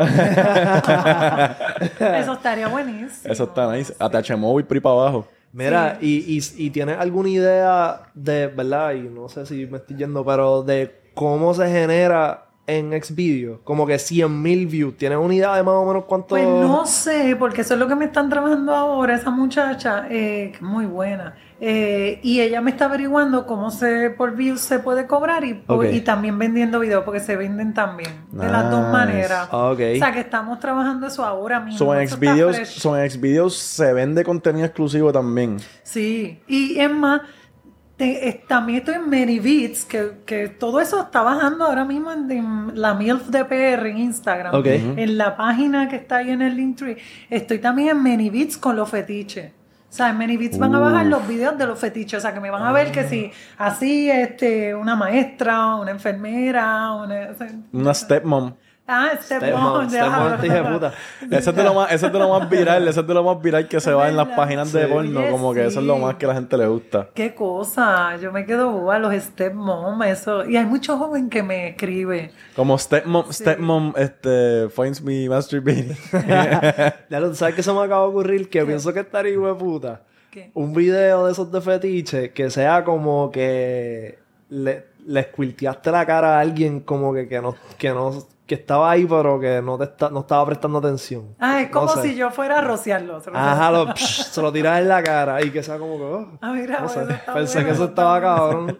Eso estaría buenísimo. Eso está nice. ATH Móvil por ahí para abajo. Mira, y tienes alguna idea de, ¿verdad? Y no sé si me estoy yendo, pero de cómo se genera en Xvideo. Como que 100,000 views. ¿Tienes una idea de más o menos cuánto? Pues no sé, porque eso es lo que me están trabajando ahora, esa muchacha, que es muy buena. Y ella me está averiguando cómo por views se puede cobrar Ok. y también vendiendo videos, porque se venden también, de las dos Nice. maneras. Ah, ok. O sea, que estamos trabajando eso ahora mismo. So, en eso está Xvideos, fresh. Xvideos se vende contenido exclusivo también. Sí, y es más, también estoy en ManyVids, que todo eso está bajando ahora mismo en la MILF de PR en Instagram. Ok. En la página que está ahí en el Linktree. Estoy también en ManyVids con los fetiches. O sea, en ManyVids van a bajar los videos de los fetiches. O sea, que me van a ver que si así, una maestra, una enfermera, Una stepmom. Stepmom. Stepmom, hija de puta. Eso es de lo más viral, eso es de lo más viral que se va en las ¿Verdad? páginas de Sí. porno, como que eso es lo Sí. más que a la gente le gusta. Qué cosa, yo me quedo boba, los stepmom, eso. Y hay muchos jóvenes que me escriben. Como stepmom finds me masturbating. Ya lo sabes que se me acaba de ocurrir que pienso que estaría hijo de puta. ¿Qué? Un video de esos de fetiche que sea como que le esquilteaste la cara a alguien como que que estaba ahí, pero que no estaba prestando atención. Ah, es como No sé. si yo fuera a rociarlo. Ajá, se lo tiras en la cara y que sea como que... Ah, mira, no sé. bueno, está Pensé bueno, que eso está estaba bueno. cabrón.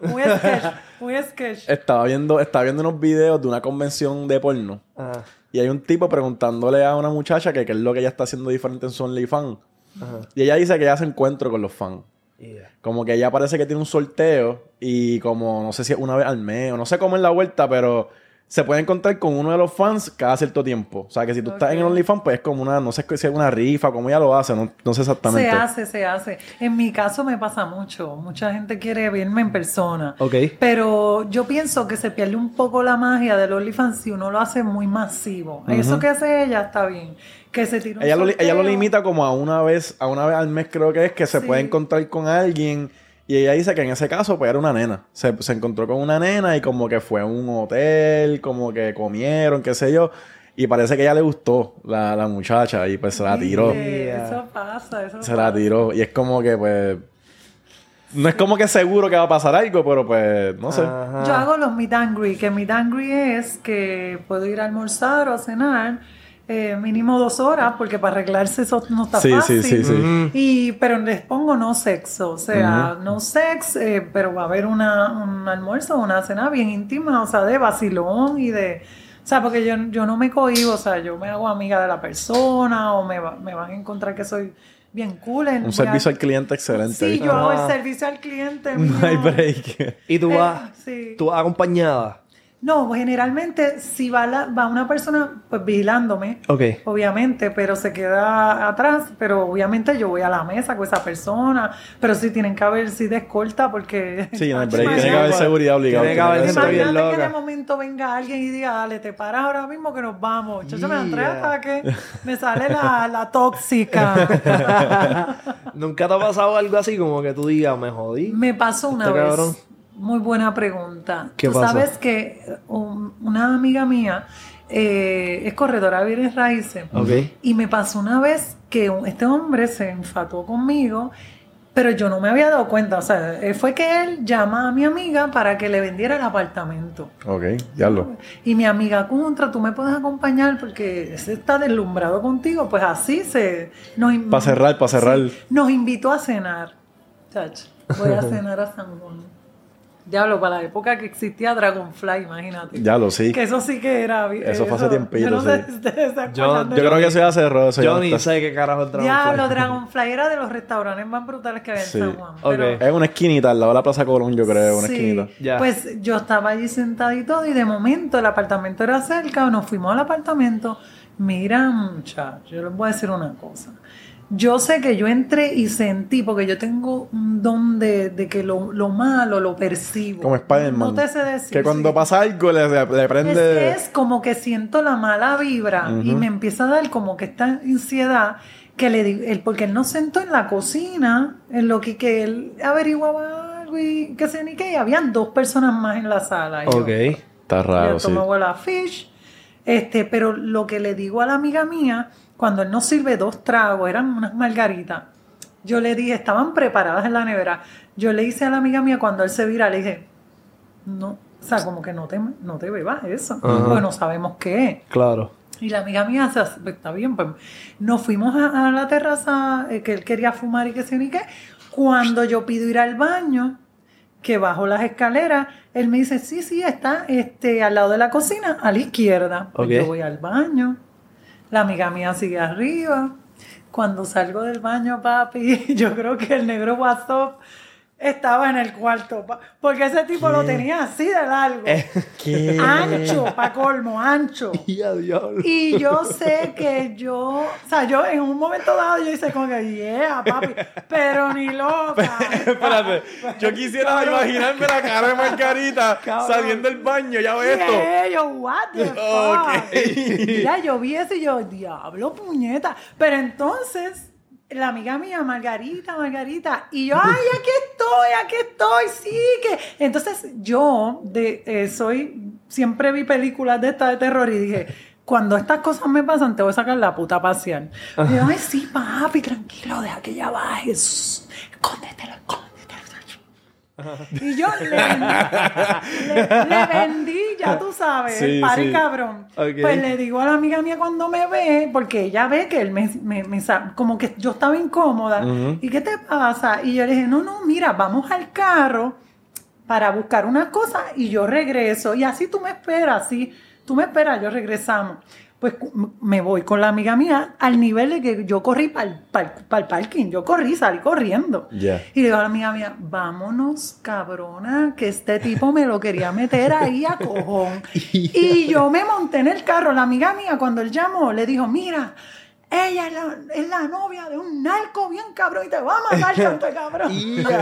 Muy sketch. Estaba viendo unos videos de una convención de porno. Ajá. Y hay un tipo preguntándole a una muchacha que qué es lo que ella está haciendo diferente en su OnlyFans. Ajá. Y ella dice que ella se encuentra con los fans. Yeah. Como que ella parece que tiene un sorteo y como no sé si es una vez al mes o no sé cómo es la vuelta, pero se puede encontrar con uno de los fans cada cierto tiempo. O sea, que si tú estás en el OnlyFans, pues es como una, no sé si es una rifa, como ella lo hace, no sé exactamente. Se hace. En mi caso me pasa mucho. Mucha gente quiere verme en persona. Ok. Pero yo pienso que se pierde un poco la magia del OnlyFans si uno lo hace muy masivo. Eso que hace ella está bien. Que se tire un Ella lo sorteo. limita como a una vez al mes, creo que es, que se Sí. puede encontrar con alguien. Y ella dice que en ese caso, pues era una nena. Se encontró con una nena y como que fue a un hotel, como que comieron, qué sé yo. Y parece que a ella le gustó la muchacha y pues se la tiró. Viste, Eso pasa, Se la tiró. Y es como que, pues... No es como que seguro que va a pasar algo, pero pues, no sé. Ajá. Yo hago los meet and greet, que meet and greet es que puedo ir a almorzar o a cenar mínimo 2 horas, porque para arreglarse eso no está Sí, fácil. sí, sí, sí. Pero les pongo no sexo, o sea, no sex, pero va a haber un almuerzo o una cena bien íntima, o sea, de vacilón y de... O sea, porque yo no me cohíbo, o sea, yo me hago amiga de la persona o me van a encontrar que soy bien cool. Un servicio al cliente excelente. Sí, ¿viste? yo hago el Ah. servicio al cliente. No hay mío. break. ¿Y tú vas Sí. tú vas acompañada? No, generalmente si va una persona pues vigilándome, Ok. obviamente, pero se queda atrás, pero obviamente yo voy a la mesa con esa persona, pero sí tienen que haber de escolta porque... Sí, no hay break. Imagínate- Tiene que haber seguridad obligado. Tiene que haber gente bien Imagínate que loca. de momento venga alguien y diga, dale, te paras ahora mismo que nos vamos. Chacho, me dan 3 Yeah. ataques, me sale la tóxica. ¿Nunca te ha pasado algo así como que tú digas, me jodí? Me pasó una Este vez. cabrón. Muy buena pregunta. ¿Qué Tú pasó? sabes que una amiga mía es corredora de bienes raíces. Ok. Y me pasó una vez que este hombre se enfatuó conmigo, pero yo no me había dado cuenta. O sea, fue que él llama a mi amiga para que le vendiera el apartamento. Ok, diablo. Y mi amiga, contra, tú me puedes acompañar porque ese está deslumbrado contigo. Pues así Para cerrar. Sí, nos invitó a cenar. Chacho, voy a cenar a San Juan. Diablo, para la época que existía Dragonfly, imagínate. Diablo, sí. Que eso sí que era... Eso fue hace tiempito, yo no sé sí. si ustedes se Yo- acuerdan de Yo eso. creo que eso ya cerró. Eso Yo ya ni está. sé qué carajo es Diablo, Dragonfly. Dragonfly era de los restaurantes más brutales que había en Sí. San Juan. Ok. Pero, Es una esquinita, al lado de la Plaza Colón, yo creo, una sí, esquinita. Ya. pues yo estaba allí sentada y todo, y de momento el apartamento era cerca, nos fuimos al apartamento. Mira, muchachos, yo les voy a decir una cosa. Yo sé que yo entré y sentí, porque yo tengo un don de que lo malo lo percibo. Como Spider-Man. No te sé decir. Que cuando sí. pasa algo le prende... Es que es como que siento la mala vibra y me empieza a dar como que esta ansiedad que le digo, porque él nos sentó en la cocina, en lo que él averiguaba algo y qué sé ni qué, y habían 2 personas más en la sala. Y yo, Ok. Está raro, sí. tomé la fish, pero lo que le digo a la amiga mía, cuando él nos sirve 2 tragos, eran unas margaritas, yo le dije, estaban preparadas en la nevera, yo le hice a la amiga mía cuando él se vira, le dije, no, o sea, como que no te bebas eso, porque no sabemos qué es. Claro. Y la amiga mía se hace, está bien, pues nos fuimos a la terraza, que él quería fumar y que sé ni qué. Cuando yo pido ir al baño, que bajo las escaleras, él me dice, sí, está al lado de la cocina, a la izquierda. Pues Ok. yo voy al baño, la amiga mía sigue arriba. Cuando salgo del baño, papi, yo creo que el negro WhatsApp estaba en el cuarto, porque ese tipo lo tenía así de largo. ¿Qué? Ancho, pa' colmo, ancho. Ya, diablo. Y yo sé que yo en un momento dado yo hice como que, yeah, papi, pero ni loca. Espérate, yo quisiera imaginarme la cara de Margarita saliendo del baño, ya ves esto. Yeah, yo, what the fuck. Ok. Mira, yo vi eso y yo, diablo, puñeta. Pero entonces, la amiga mía, Margarita, y yo, ay, aquí estoy, sí, que... Entonces, yo siempre vi películas de estas de terror y dije, cuando estas cosas me pasan, te voy a sacar la puta a pasear. Y yo, ay, sí, papi, tranquilo, deja que ya baje. Escóndetelo. Y yo le vendí ya tú sabes, Sí, el party sí. cabrón. Ok. Pues le digo a la amiga mía cuando me ve, porque ella ve que él como que yo estaba incómoda. ¿Y qué te pasa? Y yo le dije, no, mira, vamos al carro para buscar unas cosas y yo regreso. Y así tú me esperas, yo regresamos. Pues me voy con la amiga mía al nivel de que yo corrí para el parking. Yo salí corriendo. Yeah. Y le digo a la amiga mía, vámonos, cabrona, que este tipo me lo quería meter ahí a cojón. Y yo me monté en el carro. La amiga mía, cuando él llamó, le dijo, mira, ella es la novia de un narco bien cabrón y te va a matar, canto de cabrón.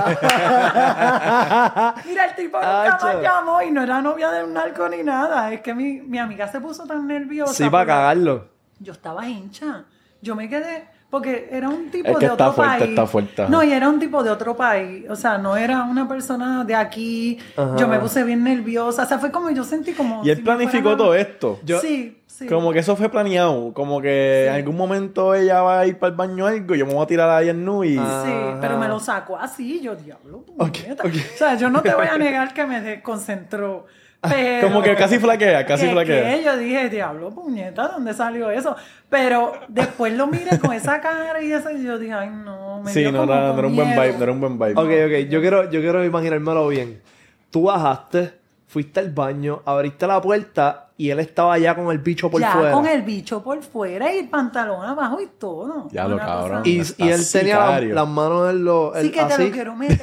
Mira, el tipo nunca más llamó y no era novia de un narco ni nada. Es que mi amiga se puso tan nerviosa. Sí, para cagarlo. Yo estaba hincha. Yo me quedé... Porque era un tipo Es que de otro está fuerte, país. está fuerte, ajá. No, y era un tipo de otro país. O sea, no era una persona de aquí. Ajá. Yo me puse bien nerviosa. O sea, fue como yo sentí como... Y él si me planificó fueran a- todo esto. Sí. Como que eso fue planeado. Como que en algún momento ella va a ir para el baño o algo. Yo me voy a tirar ahí en nu y... Sí, Ajá. pero me lo sacó así. Yo, diablo, puñeta. O sea, yo no te voy a negar que me desconcentró. Pero... Como que casi flaquea, casi flaquea. Que yo dije, diablo, puñeta, ¿dónde salió eso? Pero después lo miré con esa cara y eso, y yo dije, ay, no, me Sí, dio no como era con un buen miedo. vibe, no era un buen vibe. Ok. Yo quiero imaginármelo bien. Tú bajaste, fuiste al baño, abriste la puerta y él estaba ya con el bicho por ya fuera. con el bicho por fuera y el pantalón abajo y todo. Ya lo Una cabrón. cosa- Y él tenía Sicario. las manos en los... Sí que te así. lo quiero meter.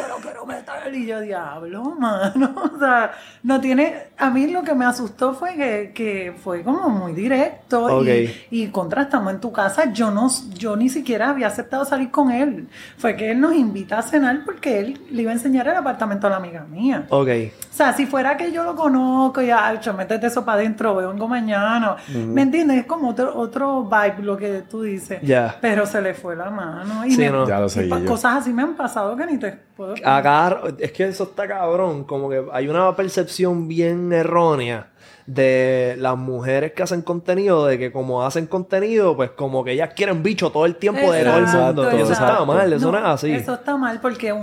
Y yo, diablo, mano. O sea, no tiene... A mí lo que me asustó fue que fue como muy directo. Ok. Y estamos en tu casa. Yo ni siquiera había aceptado salir con él. Fue que él nos invita a cenar porque él le iba a enseñar el apartamento a la amiga mía. Ok. O sea, si fuera que yo lo conozco y métete eso para adentro, vengo mañana. ¿Me entiendes? Es como otro vibe lo que tú dices. Ya. Pero se le fue la mano. Sí, no. Ya lo seguí yo. Cosas así me han pasado que ni te puedo... Es que eso está cabrón. Como que hay una percepción bien errónea de las mujeres que hacen contenido, de que como hacen contenido, pues como que ellas quieren bicho todo el tiempo de todo el mundo. Y eso está mal, eso no es así. Eso está mal porque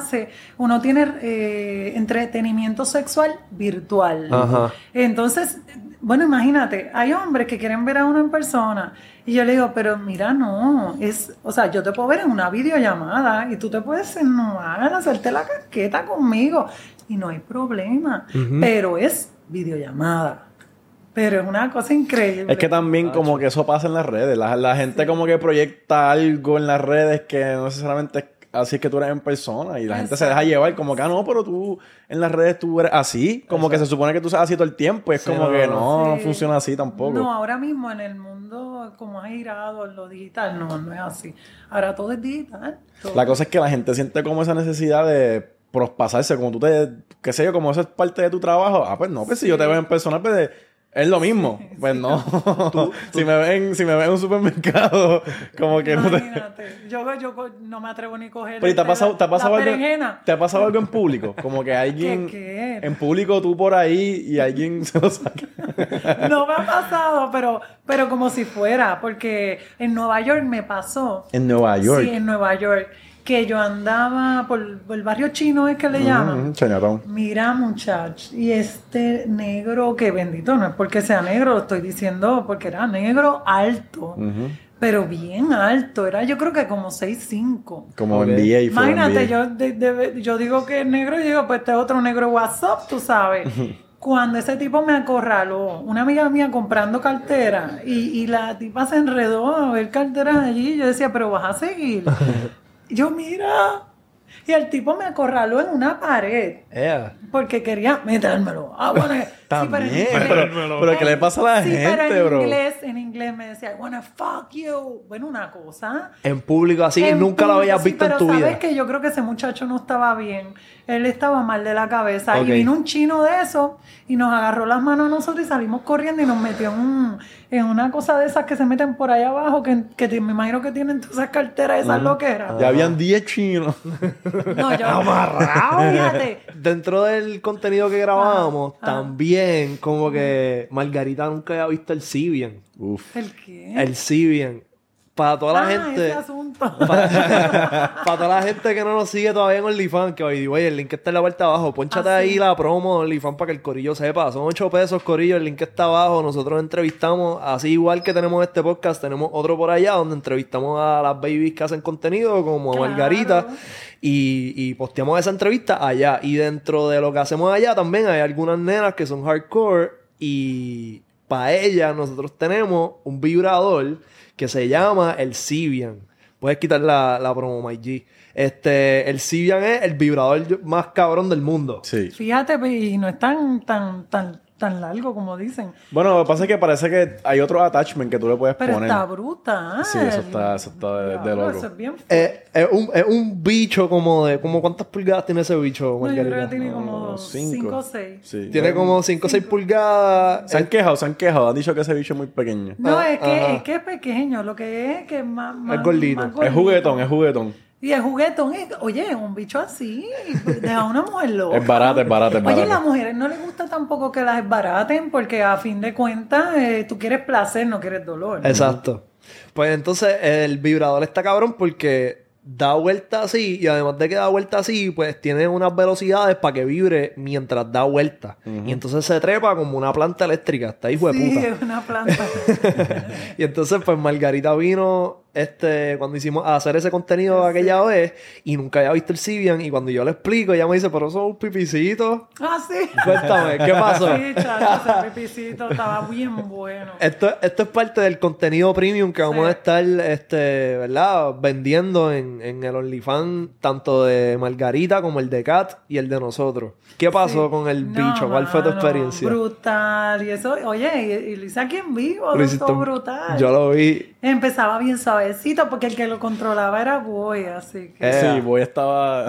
uno tiene entretenimiento sexual virtual. Ajá. Entonces, bueno, imagínate, hay hombres que quieren ver a uno en persona. Y yo le digo, pero mira, no, o sea, yo te puedo ver en una videollamada y tú te puedes ennuar, hacerte la casqueta conmigo y no hay problema. Pero es videollamada. Pero es una cosa increíble. Es que también como que eso pasa en las redes. La gente como que proyecta algo en las redes que no necesariamente es así, es que tú eres en persona. Y la gente se deja llevar como que, no, pero tú en las redes tú eres así. Como que se supone que tú seas así todo el tiempo. Y es como que no Sí. funciona así tampoco. No, ahora mismo en el mundo, como ha girado en lo digital, no es así. Ahora todo es digital. Todo. La cosa es que la gente siente como esa necesidad de prospasarse. Como tú qué sé yo, como eso es parte de tu trabajo. Pues no, pues si yo te veo en persona, pues es lo mismo. Pues no. Si me ven en un supermercado, como que no te... Imagínate, yo no me atrevo ni coger Pero ¿y te ha pasado la berenjena. ¿Te ha pasado algo en público? Como que alguien... ¿Qué? En público tú por ahí y alguien se lo saca. No me ha pasado, pero como si fuera, porque en Nueva York me pasó. En Nueva York. Sí, en Nueva York. Que yo andaba por el barrio chino, es que le llaman. Chinatown. Mira, muchachos, y este negro, que bendito, no es porque sea negro, lo estoy diciendo porque era negro alto, pero bien alto, era yo creo que como 6'5". Como Ok. NBA y fue Imagínate, NBA. yo digo que es negro y digo, pues este es otro negro WhatsApp, tú sabes. Cuando ese tipo me acorraló, una amiga mía comprando cartera y la tipa se enredó a ver carteras allí, yo decía, pero vas a seguir. Yo, mira, y el tipo me acorraló en una pared porque quería metérmelo. También, pero ¿qué le pasa a la gente, pero bro? en inglés me decía, I wanna fuck you. Bueno, una cosa. En público así, En nunca lo público, habías sí, visto en pero tu vida. sabes que yo creo que ese muchacho no estaba bien. Él estaba mal de la cabeza. Ok. Y vino un chino de eso y nos agarró las manos a nosotros y salimos corriendo y nos metió en una cosa de esas que se meten por allá abajo, que me imagino que tienen todas esas carteras, esas loqueras. Ya habían 10 chinos. No, yo amarrado, fíjate. Dentro del contenido que grabábamos, también como que Margarita nunca había visto el Sibian. Uf. ¿El qué? El Sibian. Para toda la gente... Ese asunto. esto. Para toda la gente que no nos sigue todavía en OnlyFans, que hoy el link está en la parte de abajo. Pónchate ahí la promo de OnlyFans para que el corillo sepa. Son 8 pesos, corillo. El link está abajo. Nosotros entrevistamos, así igual que tenemos este podcast, tenemos otro por allá donde entrevistamos a las babies que hacen contenido, como a Margarita. Y posteamos esa entrevista allá. Y dentro de lo que hacemos allá también hay algunas nenas que son hardcore. Y para ellas nosotros tenemos un vibrador que se llama el Sybian. Puedes quitar la promo, My G. El Sybian es el vibrador más cabrón del mundo. Sí. Fíjate, y no es tan largo como dicen. Bueno, lo que pasa es que parece que hay otro attachment que tú le puedes Pero poner. está brutal. Sí, eso está de loco. Eso es bien Es un bicho como ¿cuántas pulgadas tiene ese bicho, No, yo creo Margarita? que tiene como 5 o 6. Sí. Tiene como 5 o 6 pulgadas. Se han quejado. Han dicho que ese bicho es muy pequeño. No, es que es pequeño. Lo que es que es más gordito. más Es juguetón. Y el juguetón es, oye, un bicho así, deja a una mujer loca. Es barato. Oye, a las mujeres no les gusta tampoco que las esbaraten, porque a fin de cuentas tú quieres placer, no quieres dolor. Exacto. Pues entonces el vibrador está cabrón porque da vuelta así y además de que da vuelta así, pues tiene unas velocidades para que vibre mientras da vuelta. Y entonces se trepa como una planta eléctrica. Está hijo de puta. Sí, es una planta. Y entonces pues Margarita vino cuando hicimos a hacer ese contenido aquella vez y nunca había visto el Sybian y cuando yo le explico ella me dice, pero eso es un pipicito. Ah, sí. Cuéntame, ¿qué pasó? Sí, chacho, ese pipicito estaba bien bueno. Esto es parte del contenido premium que vamos a estar, ¿verdad? Vendiendo en el OnlyFans, tanto de Margarita como el de Kat y el de nosotros. ¿Qué pasó con el bicho? ¿Cuál fue tu experiencia? Brutal. Y eso, oye, y lo hice aquí en vivo, Lo lo hiciste hizo brutal. Yo lo vi. Empezaba bien suavecito porque el que lo controlaba era Boy, así que... Sí, Boy estaba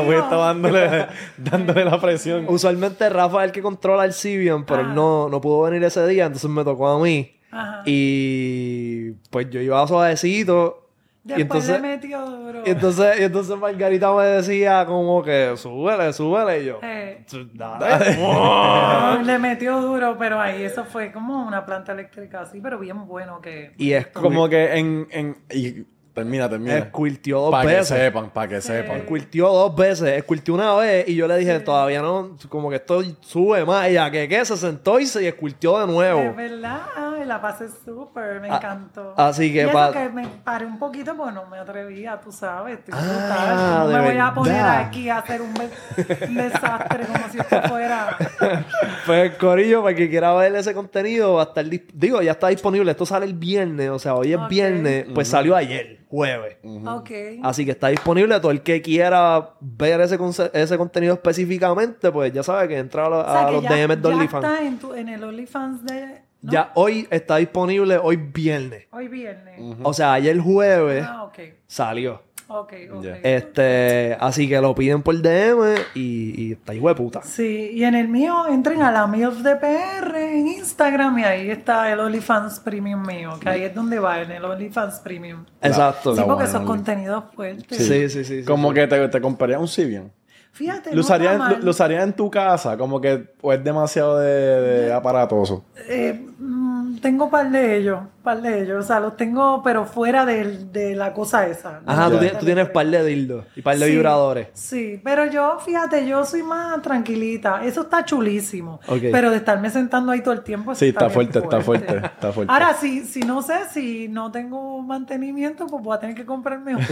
dándole la presión. Usualmente Rafa es el que controla el Sybian, pero él no pudo venir ese día, entonces me tocó a mí. Ajá. Y pues yo iba suavecito. Después y entonces, le metió duro. Y entonces Margarita me decía como que súbele. Y yo, dale. No, le metió duro, pero ahí eso fue como una planta eléctrica así, pero bien bueno que... Y es Como que termina. Escuiltió 2 Para que veces. sepan. Escuiltió 2 veces. Escuiltió una vez y yo le dije, todavía no, como que esto sube más. Y ya que se sentó y se escuiltió de nuevo. Es verdad, la pasé súper, me encantó. Así que y eso que me paré un poquito porque no me atrevía, tú sabes, estoy brutal. No de me voy a poner verdad. aquí a hacer un desastre como si esto fuera... Pues corillo, para que quiera ver ese contenido va a estar ya está disponible. Esto sale el viernes, o sea, hoy es viernes, pues salió ayer, jueves. Ok. Así que está disponible. Todo el que quiera ver ese contenido específicamente, pues ya sabe que entra a los DMs de OnlyFans. Ya está en el OnlyFans de... ¿no? Ya hoy está disponible, hoy viernes. Hoy viernes. O sea, ayer jueves Ok. salió. Ok. Ya. Así que lo piden por DM y está hijo de puta. Sí, y en el mío entren a la MILF de PR en Instagram y ahí está el OnlyFans Premium mío, que ahí es donde va, en el OnlyFans Premium. Exacto. Sí, porque buena, son Only. contenidos fuertes. Sí. Como que te compraría un Sybian. Fíjate, ¿Lo no está mal. usarías en tu casa? Como que o es demasiado de aparatoso. Tengo par de ellos. O sea, los tengo, pero fuera de la cosa esa. Ajá, tú tienes par de dildos y par de Sí, vibradores. Sí, pero yo, fíjate, yo soy más tranquilita. Eso está chulísimo. Ok. Pero de estarme sentando ahí todo el tiempo. eso Sí, está bien fuerte. Ahora, si no sé, si no tengo mantenimiento, pues voy a tener que comprarme uno.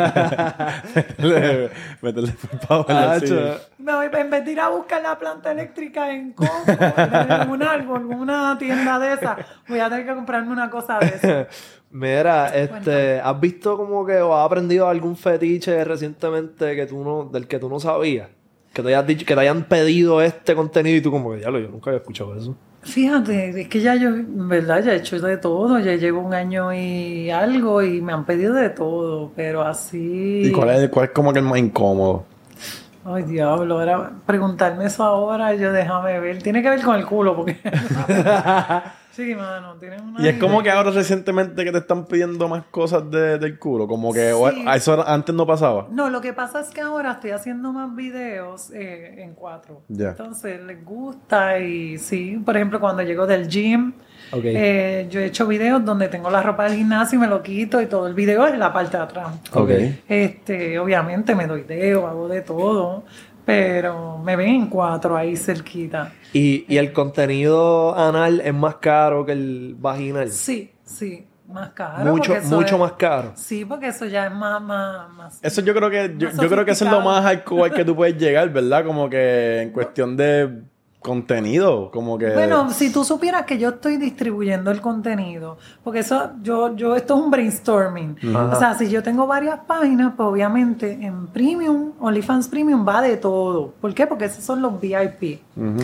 Meterle full power al Sybian. En vez de ir a buscar la planta eléctrica en Costco, en un árbol, en una tienda de esas, voy a tener que comprarme una cosa de esa. Mira, ¿has visto como que o has aprendido algún fetiche recientemente del que tú no sabías? Que te hayas dicho, que te hayan pedido este contenido y tú como que, diablo, yo nunca había escuchado eso. Fíjate, es que ya yo, en verdad, ya he hecho de todo. Ya llevo 1 año y algo y me han pedido de todo, pero así... ¿Y cuál es como que el más incómodo? Ay, diablo, ahora preguntarme eso ahora, yo déjame ver. Tiene que ver con el culo, porque... Sí, mano, tienen una... Y es como que ahora recientemente que te están pidiendo más cosas del culo. Como que Sí. eso antes no pasaba. No, lo que pasa es que ahora estoy haciendo más videos en 4. Ya. Entonces les gusta y sí, por ejemplo, cuando llego del gym, Ok. yo he hecho videos donde tengo la ropa del gimnasio y me lo quito y todo el video es en la parte de atrás. Ok. Obviamente me doy dedo, hago de todo, pero me ven en 4 ahí cerquita. ¿Y el contenido anal es más caro que el vaginal? Sí, más caro. Mucho, porque eso mucho es- más caro. Sí, porque eso ya es más Eso yo creo que yo Más creo que eso es lo sofisticado. más hardcore que tú puedes llegar, ¿verdad? Como que en cuestión de contenido, como que Bueno, si tú supieras que yo estoy distribuyendo el contenido, porque eso, esto es un brainstorming. Ajá. O sea, si yo tengo varias páginas, pues obviamente en Premium, OnlyFans Premium va de todo. ¿Por qué? Porque esos son los VIP. Ujú.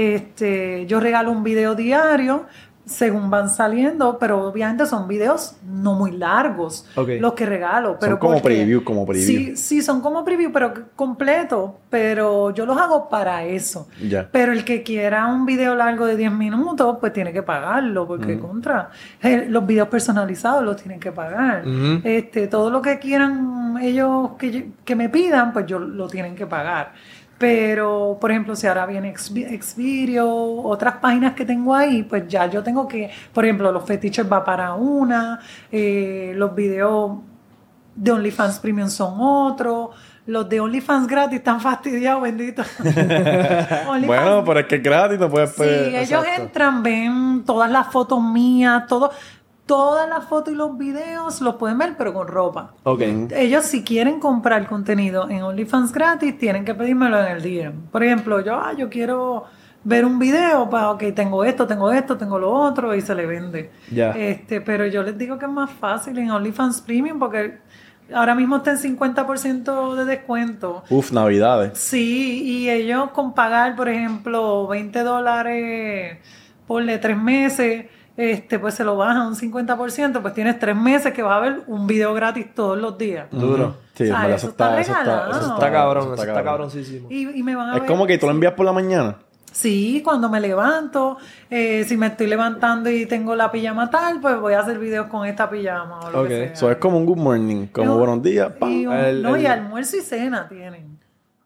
Yo regalo un video diario según van saliendo, pero obviamente son videos no muy largos Ok. los que regalo. Pero Son como porque- preview. Sí, son como preview, pero completo. Pero yo los hago para eso. Ya. Pero el que quiera un video largo de 10 minutos, pues tiene que pagarlo, porque los videos personalizados los tienen que pagar. Ujú. Todo lo que quieran ellos que me pidan, pues yo lo tienen que pagar. Pero, por ejemplo, si ahora viene Xvideo, otras páginas que tengo ahí, pues ya yo tengo que, por ejemplo, los fetiches va para una, los videos de OnlyFans Premium son otros, los de OnlyFans gratis están fastidiados, bendito. OnlyFans- Bueno, pero es que es gratis, no puedes Sí, pedir- ellos exacto. entran, ven todas las fotos mías, todas las fotos y los videos los pueden ver, pero con ropa. Ok. Ellos, si quieren comprar contenido en OnlyFans gratis, tienen que pedírmelo en el DM. Por ejemplo, yo quiero ver un video, pues, ok, tengo esto, tengo lo otro, y se le vende. Ya. Pero yo les digo que es más fácil en OnlyFans Premium porque ahora mismo está en 50% de descuento. Uf, Navidades. Sí, y ellos con pagar, por ejemplo, $20 por 3 meses, pues se lo bajan un 50%, pues tienes 3 meses que vas a ver un video gratis todos los días. Duro. Sí, O sea, en verdad, eso está regalado. Está cabrón, eso está cabrón. cabroncísimo. Y me van a Es ver. como que tú lo envías por la mañana. Sí, cuando me levanto, si me estoy levantando y tengo la pijama tal, pues voy a hacer videos con esta pijama o lo Ok. que sea. Eso es como un good morning, como No, buenos días. ¡pam! Y, El- y almuerzo y cena tienen.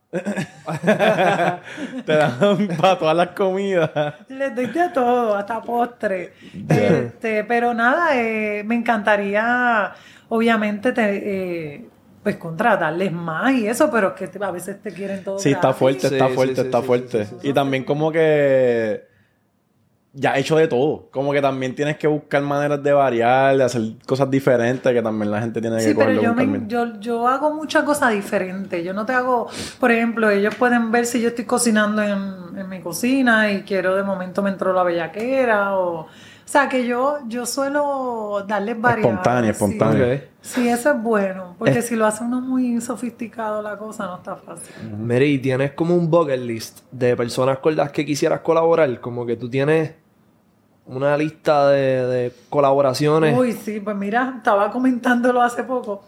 Te dan para todas las comidas. Les doy de todo, hasta postre. Pero nada, me encantaría, obviamente, pues contratarles más y eso, pero es que a veces te quieren todo Sí, está gratis. fuerte, Sí, está sí, fuerte, sí, está sí, fuerte. sí, Y también como que ya he hecho de todo. Como que también tienes que buscar maneras de variar, de hacer cosas diferentes que también la gente tiene que Sí, pero cogerlo yo, con calmita. yo hago muchas cosas diferentes. Yo no te hago, por ejemplo, ellos pueden ver si yo estoy cocinando en mi cocina y quiero de momento me entró la bellaquera o sea, que yo suelo darles variedad. Espontáneo. Ok. Sí, eso es bueno, porque si lo hace uno muy sofisticado la cosa no está fácil. Mary, ¿tienes como un bucket list de personas con las que quisieras colaborar? Como que tú tienes una lista de colaboraciones. Uy, sí, pues mira, estaba comentándolo hace poco.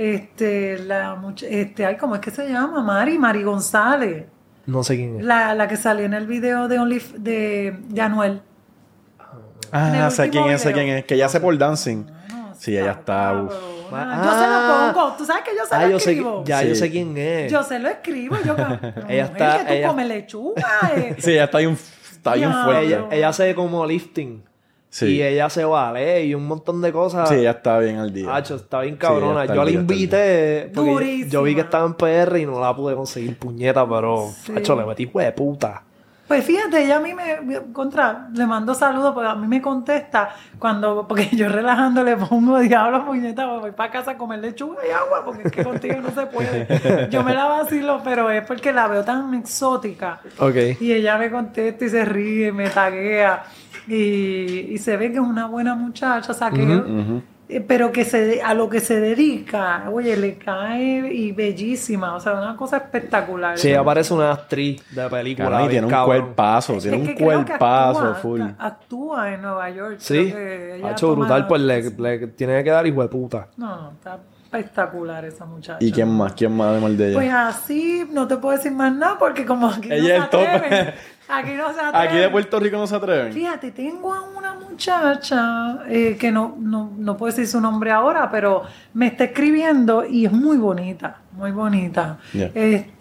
Ay, ¿cómo es que se llama? Mari González. No sé quién es. La que salió en el video de Anuel. En el Ah, sé último quién es, sé video. quién es. Que ya hace por dancing. No, Sí, ella está, cabrona. uf. Yo se lo pongo. Tú sabes que yo se lo yo sé, escribo. yo Sí. sé quién es. Yo se lo escribo. Yo, Ella está- que tú ella- comes lechuga. Sí, ella está bien Ya, fuerte. Ella hace como lifting. Sí. Y ella hace ballet y un montón de cosas. Sí, ella está bien al día. Hacho, está bien Sí, cabrona. está Yo al la día, está al invité porque Durísima. yo vi que estaba en PR y no la pude conseguir puñeta, pero Sí. hacho, le metí de puta. Pues fíjate, ella a mí le mando saludos, porque a mí me contesta porque yo relajando le pongo diablo, puñeta, voy para casa a comer lechuga y agua, porque es que contigo no se puede. Yo me la vacilo, pero es porque la veo tan exótica. Ok. Y ella me contesta y se ríe, me taguea. Y se ve que es una buena muchacha, o sea, que pero que a lo que se dedica, oye, le cae y bellísima, o sea, una cosa espectacular. Sí, ella parece una actriz de película. Cabrón, y bien tiene un cabrón. cuerpazo, Es tiene que un creo que cuerpazo full. actúa en Nueva York. Sí, creo que ella hacho toma- brutal, pues le tiene que dar hijo de puta. No, está espectacular esa muchacha. ¿Y quién más? ¿Quién más además de ella? Pues así, no te puedo decir más nada porque como aquí Ella es no el se top. atreven. Aquí no se atreven. Aquí de Puerto Rico no se atreven. Fíjate, tengo a una muchacha que no puedo decir su nombre ahora, pero me está escribiendo y es muy bonita, muy bonita. Yeah.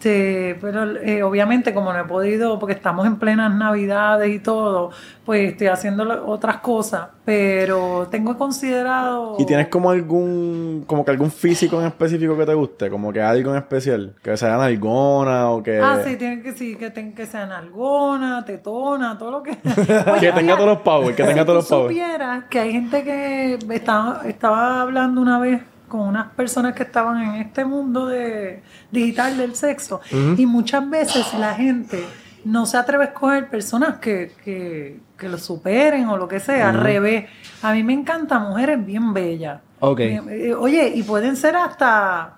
Pero obviamente como no he podido, porque estamos en plenas Navidades y todo, pues estoy haciendo otras cosas, pero tengo considerado... ¿Y tienes como que algún físico en específico que te guste? Como que algo en especial, que sea nalgona o que... sí, tiene que sea nalgona, tetona, todo lo que... que tenga todos los powers, que tenga todos los powers. Si supieras que hay gente que estaba hablando una vez con unas personas que estaban en este mundo digital del sexo, y muchas veces la gente no se atreve a escoger personas que lo superen o lo que sea, al revés. A mí me encantan mujeres bien bellas. Okay. Oye, y pueden ser hasta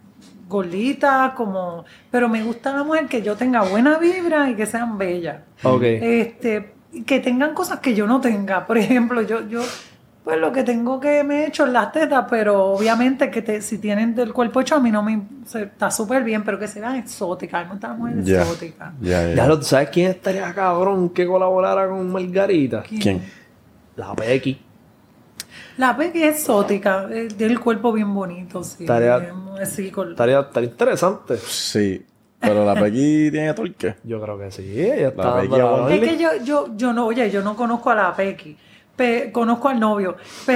gorditas, pero me gusta la mujer que yo tenga buena vibra y que sean bellas. Okay. Que tengan cosas que yo no tenga. Por ejemplo, yo pues lo que tengo que me he hecho en las tetas, pero obviamente que si tienen del cuerpo hecho, a mí está súper bien, pero que se vean exóticas. Hay muchas mujeres exóticas. Ya lo sabes quién estaría cabrón que colaborara con Margarita. ¿Quién? La Becky. La Becky es exótica, tiene el cuerpo bien bonito, sí. Estaría interesante. Sí. Pero la Becky tiene torque. Yo creo que sí. Ella está Becky dando la Es que yo no, oye, yo no conozco a la Becky, conozco al novio,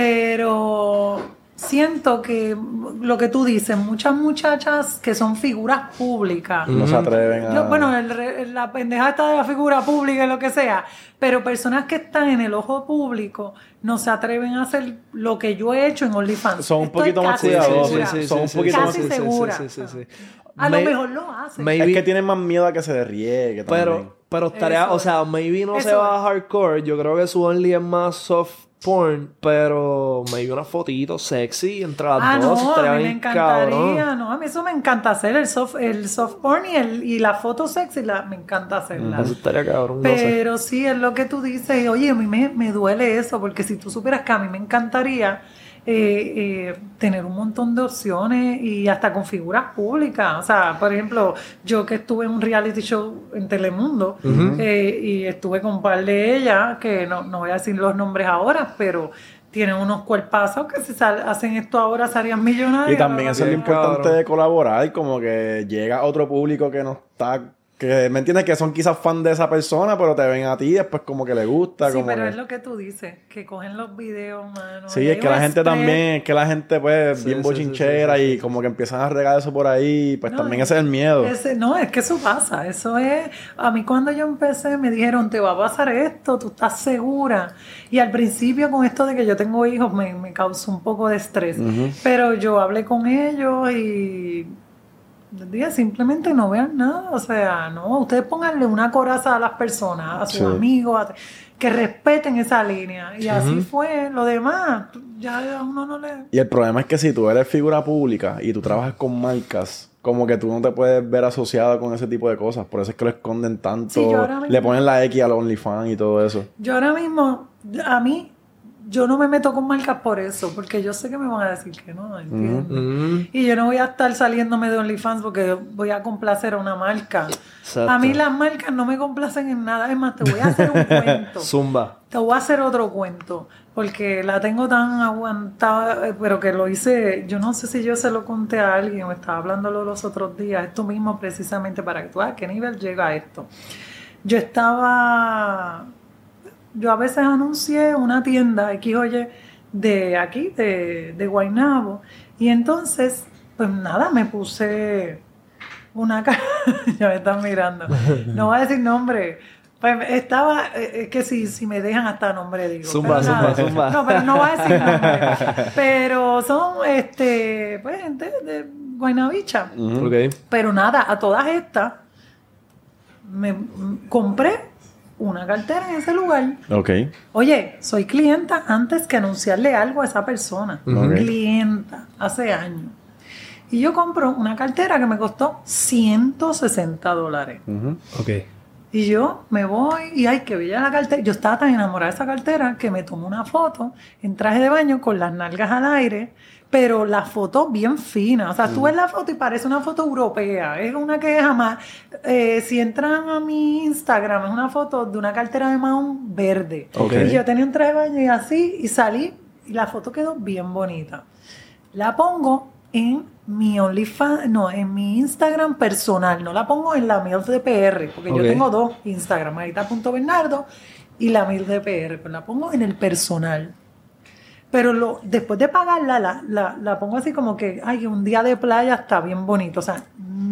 pero siento que lo que tú dices, muchas muchachas que son figuras públicas. No se atreven a... Bueno, la pendeja está de la figura pública y lo que sea, pero personas que están en el ojo público no se atreven a hacer lo que yo he hecho en OnlyFans. Son un Estoy poquito más casi cuidadosos. segura. Son un poquito más... Casi segura. Sí. A lo mejor lo hacen. Es que tienen más miedo a que se derriegue también. Pero estaría, Eso o sea, maybe no Eso se va a hardcore. Yo creo que su Only es más soft porn, pero maybe una fotito sexy entre las dos. No, estaría a mí me bien encantaría, cabrón. no, a mí eso me encanta hacer, el soft porn y la foto sexy, me encanta hacerla. Eso estaría cabrón, no sé. Pero sí, es lo que tú dices, y, oye, a mí me duele eso, porque si tú supieras que a mí me encantaría tener un montón de opciones y hasta con figuras públicas. O sea, por ejemplo, yo que estuve en un reality show en Telemundo y estuve con un par de ellas, que no voy a decir los nombres ahora, pero tienen unos cuerpazos que si hacen esto ahora serían millonarios. Y también eso es lo importante cabrón. de colaborar, como que llega otro público que no está... Que, ¿me entiendes? Que son quizás fan de esa persona, pero te ven a ti y después como que le gusta. Sí, como pero que... es lo que tú dices, que cogen los videos, mano. Sí, es que la gente también, es que la gente pues bien bochinchera y como que empiezan a regar eso por ahí, pues también ese es el miedo. No, es que eso pasa, eso es... A mí cuando yo empecé me dijeron, te va a pasar esto, tú estás segura. Y al principio con esto de que yo tengo hijos me causó un poco de estrés. Pero yo hablé con ellos y... simplemente no vean nada, o sea, no, ustedes pónganle una coraza a las personas, a sus amigos, que respeten esa línea, y así fue. Lo demás, ya a uno no le... Y el problema es que si tú eres figura pública y tú trabajas con marcas, como que tú no te puedes ver asociada con ese tipo de cosas, por eso es que lo esconden tanto, Sí, yo ahora mismo... le ponen la X al OnlyFans y todo eso. Yo ahora mismo, yo no me meto con marcas por eso, porque yo sé que me van a decir que no, ¿entiendes? Y yo no voy a estar saliéndome de OnlyFans porque voy a complacer a una marca. Exacto. A mí las marcas no me complacen en nada. Es más, te voy a hacer un cuento. Zumba. Te voy a hacer otro cuento, porque la tengo tan aguantada, pero que lo hice, yo no sé si yo se lo conté a alguien, o estaba hablándolo los otros días, esto mismo precisamente para que tú veas a qué nivel llega esto. Yo a veces anuncié una tienda X o Y de aquí, de Guaynabo. Y entonces, pues nada, me puse una cara. Ya me están mirando. No voy a decir nombre. Pues estaba, es que si me dejan hasta nombre digo. Zumba. No, pero no voy a decir nombre. Pero son, pues gente de Guaynabicha. Okay. Pero nada, a todas estas me compré una cartera en ese lugar. Ok. Oye, soy clienta antes que anunciarle algo a esa persona. Clienta, hace años. Y yo compro una cartera que me costó $160. Ok. Y yo me voy y ay, qué bella la cartera. Yo estaba tan enamorada de esa cartera que me tomé una foto en traje de baño con las nalgas al aire, pero la foto bien fina. O sea, tú ves la foto y parece una foto europea. Es una que jamás... si entran a mi Instagram, es una foto de una cartera de Mahón verde. Okay. Y yo tenía un traje de baño y así, y salí, y la foto quedó bien bonita. La pongo en mi OnlyFans, no, en mi Instagram personal, no la pongo en la MILF de PR, porque yo tengo dos Instagram, Marita.Bernardo y la MILF de PR, pues la pongo en el personal. Pero después de pagarla, la pongo así como que, ay, un día de playa está bien bonito, o sea,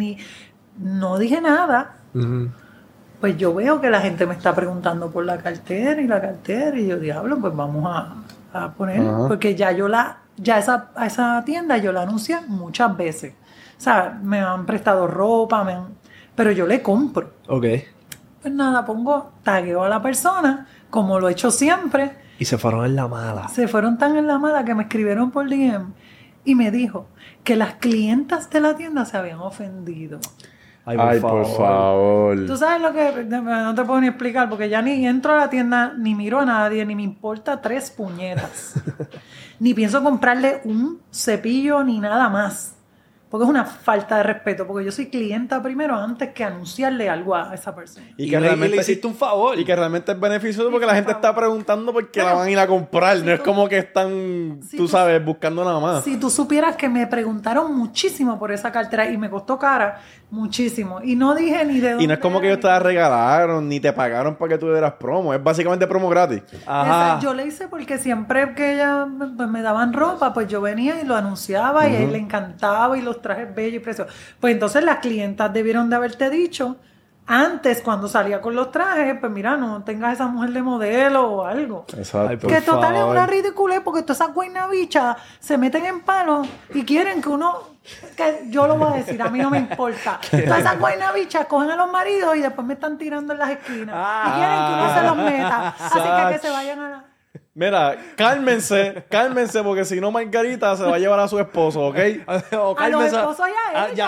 no dije nada. Pues yo veo que la gente me está preguntando por la cartera, y yo, diablo, pues vamos a poner, porque ya a esa tienda yo la anuncié muchas veces. O sea, me han prestado ropa, pero yo le compro. Ok. Pues nada, tagueo a la persona, como lo he hecho siempre. Y se fueron en la mala. Se fueron tan en la mala que me escribieron por DM y me dijo que las clientas de la tienda se habían ofendido. Ay, por favor. Tú sabes lo que... No te puedo ni explicar porque ya ni entro a la tienda, ni miro a nadie, ni me importa 3 puñetas. Ni pienso comprarle un cepillo ni nada más. Porque es una falta de respeto. Porque yo soy clienta primero antes que anunciarle algo a esa persona. Y que realmente le hiciste un favor. Y que realmente es beneficioso porque la gente está preguntando por qué la van a ir a comprar. No es como que están, tú sabes, buscando nada más. Si tú supieras que me preguntaron muchísimo por esa cartera y me costó cara, muchísimo. Y no dije ni de dónde. Y no es como que ellos te la regalaron ni te pagaron para que tú dieras promo. Es básicamente promo gratis. Ajá. Yo le hice porque siempre que ella pues, me daban ropa, pues yo venía y lo anunciaba y a él le encantaba y los trajes bellos y preciosos. Pues entonces las clientas debieron de haberte dicho antes, cuando salía con los trajes, pues mira, no tengas esa mujer de modelo o algo. Exacto. Ay, Que total es una ridiculez porque todas esas guaynabichas se meten en palos y quieren que que yo lo voy a decir, a mí no me importa. Todas esas guaynabichas cogen a los maridos y después me están tirando en las esquinas. Y quieren que uno se los meta. Así que se vayan a la... Mira, cálmense, porque si no Margarita se va a llevar a su esposo, ¿ok? A los esposos ya es.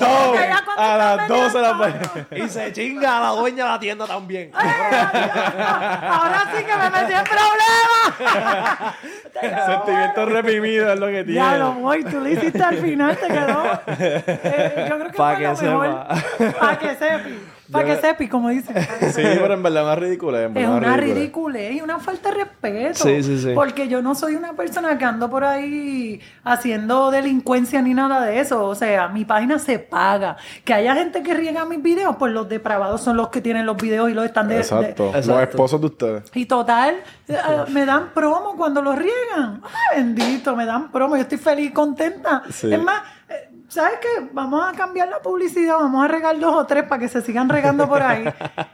A las 2 se la Y se chinga a la dueña de la tienda también. Ahora sí que me metí en problemas. Sentimientos reprimidos es lo que tiene. Ya lo voy, tú lo hiciste al final, te quedó. Yo creo que Pa' fue que lo mejor. sepa. Para que sepi. Para que sepi, como dicen. Sí, pero en verdad es una ridiculez. Es una ridiculez y una falta de respeto. Sí. Porque yo no soy una persona que ando por ahí haciendo delincuencia ni nada de eso. O sea, mi página se paga. Que haya gente que riega mis videos, pues los depravados son los que tienen los videos y los están Exacto. Los esposos de ustedes. Y total, me dan promo cuando los riegan. Ay, bendito, me dan promo. Yo estoy feliz y contenta. Sí. Es más... ¿sabes qué? Vamos a cambiar la publicidad, vamos a regar 2 o 3 para que se sigan regando por ahí.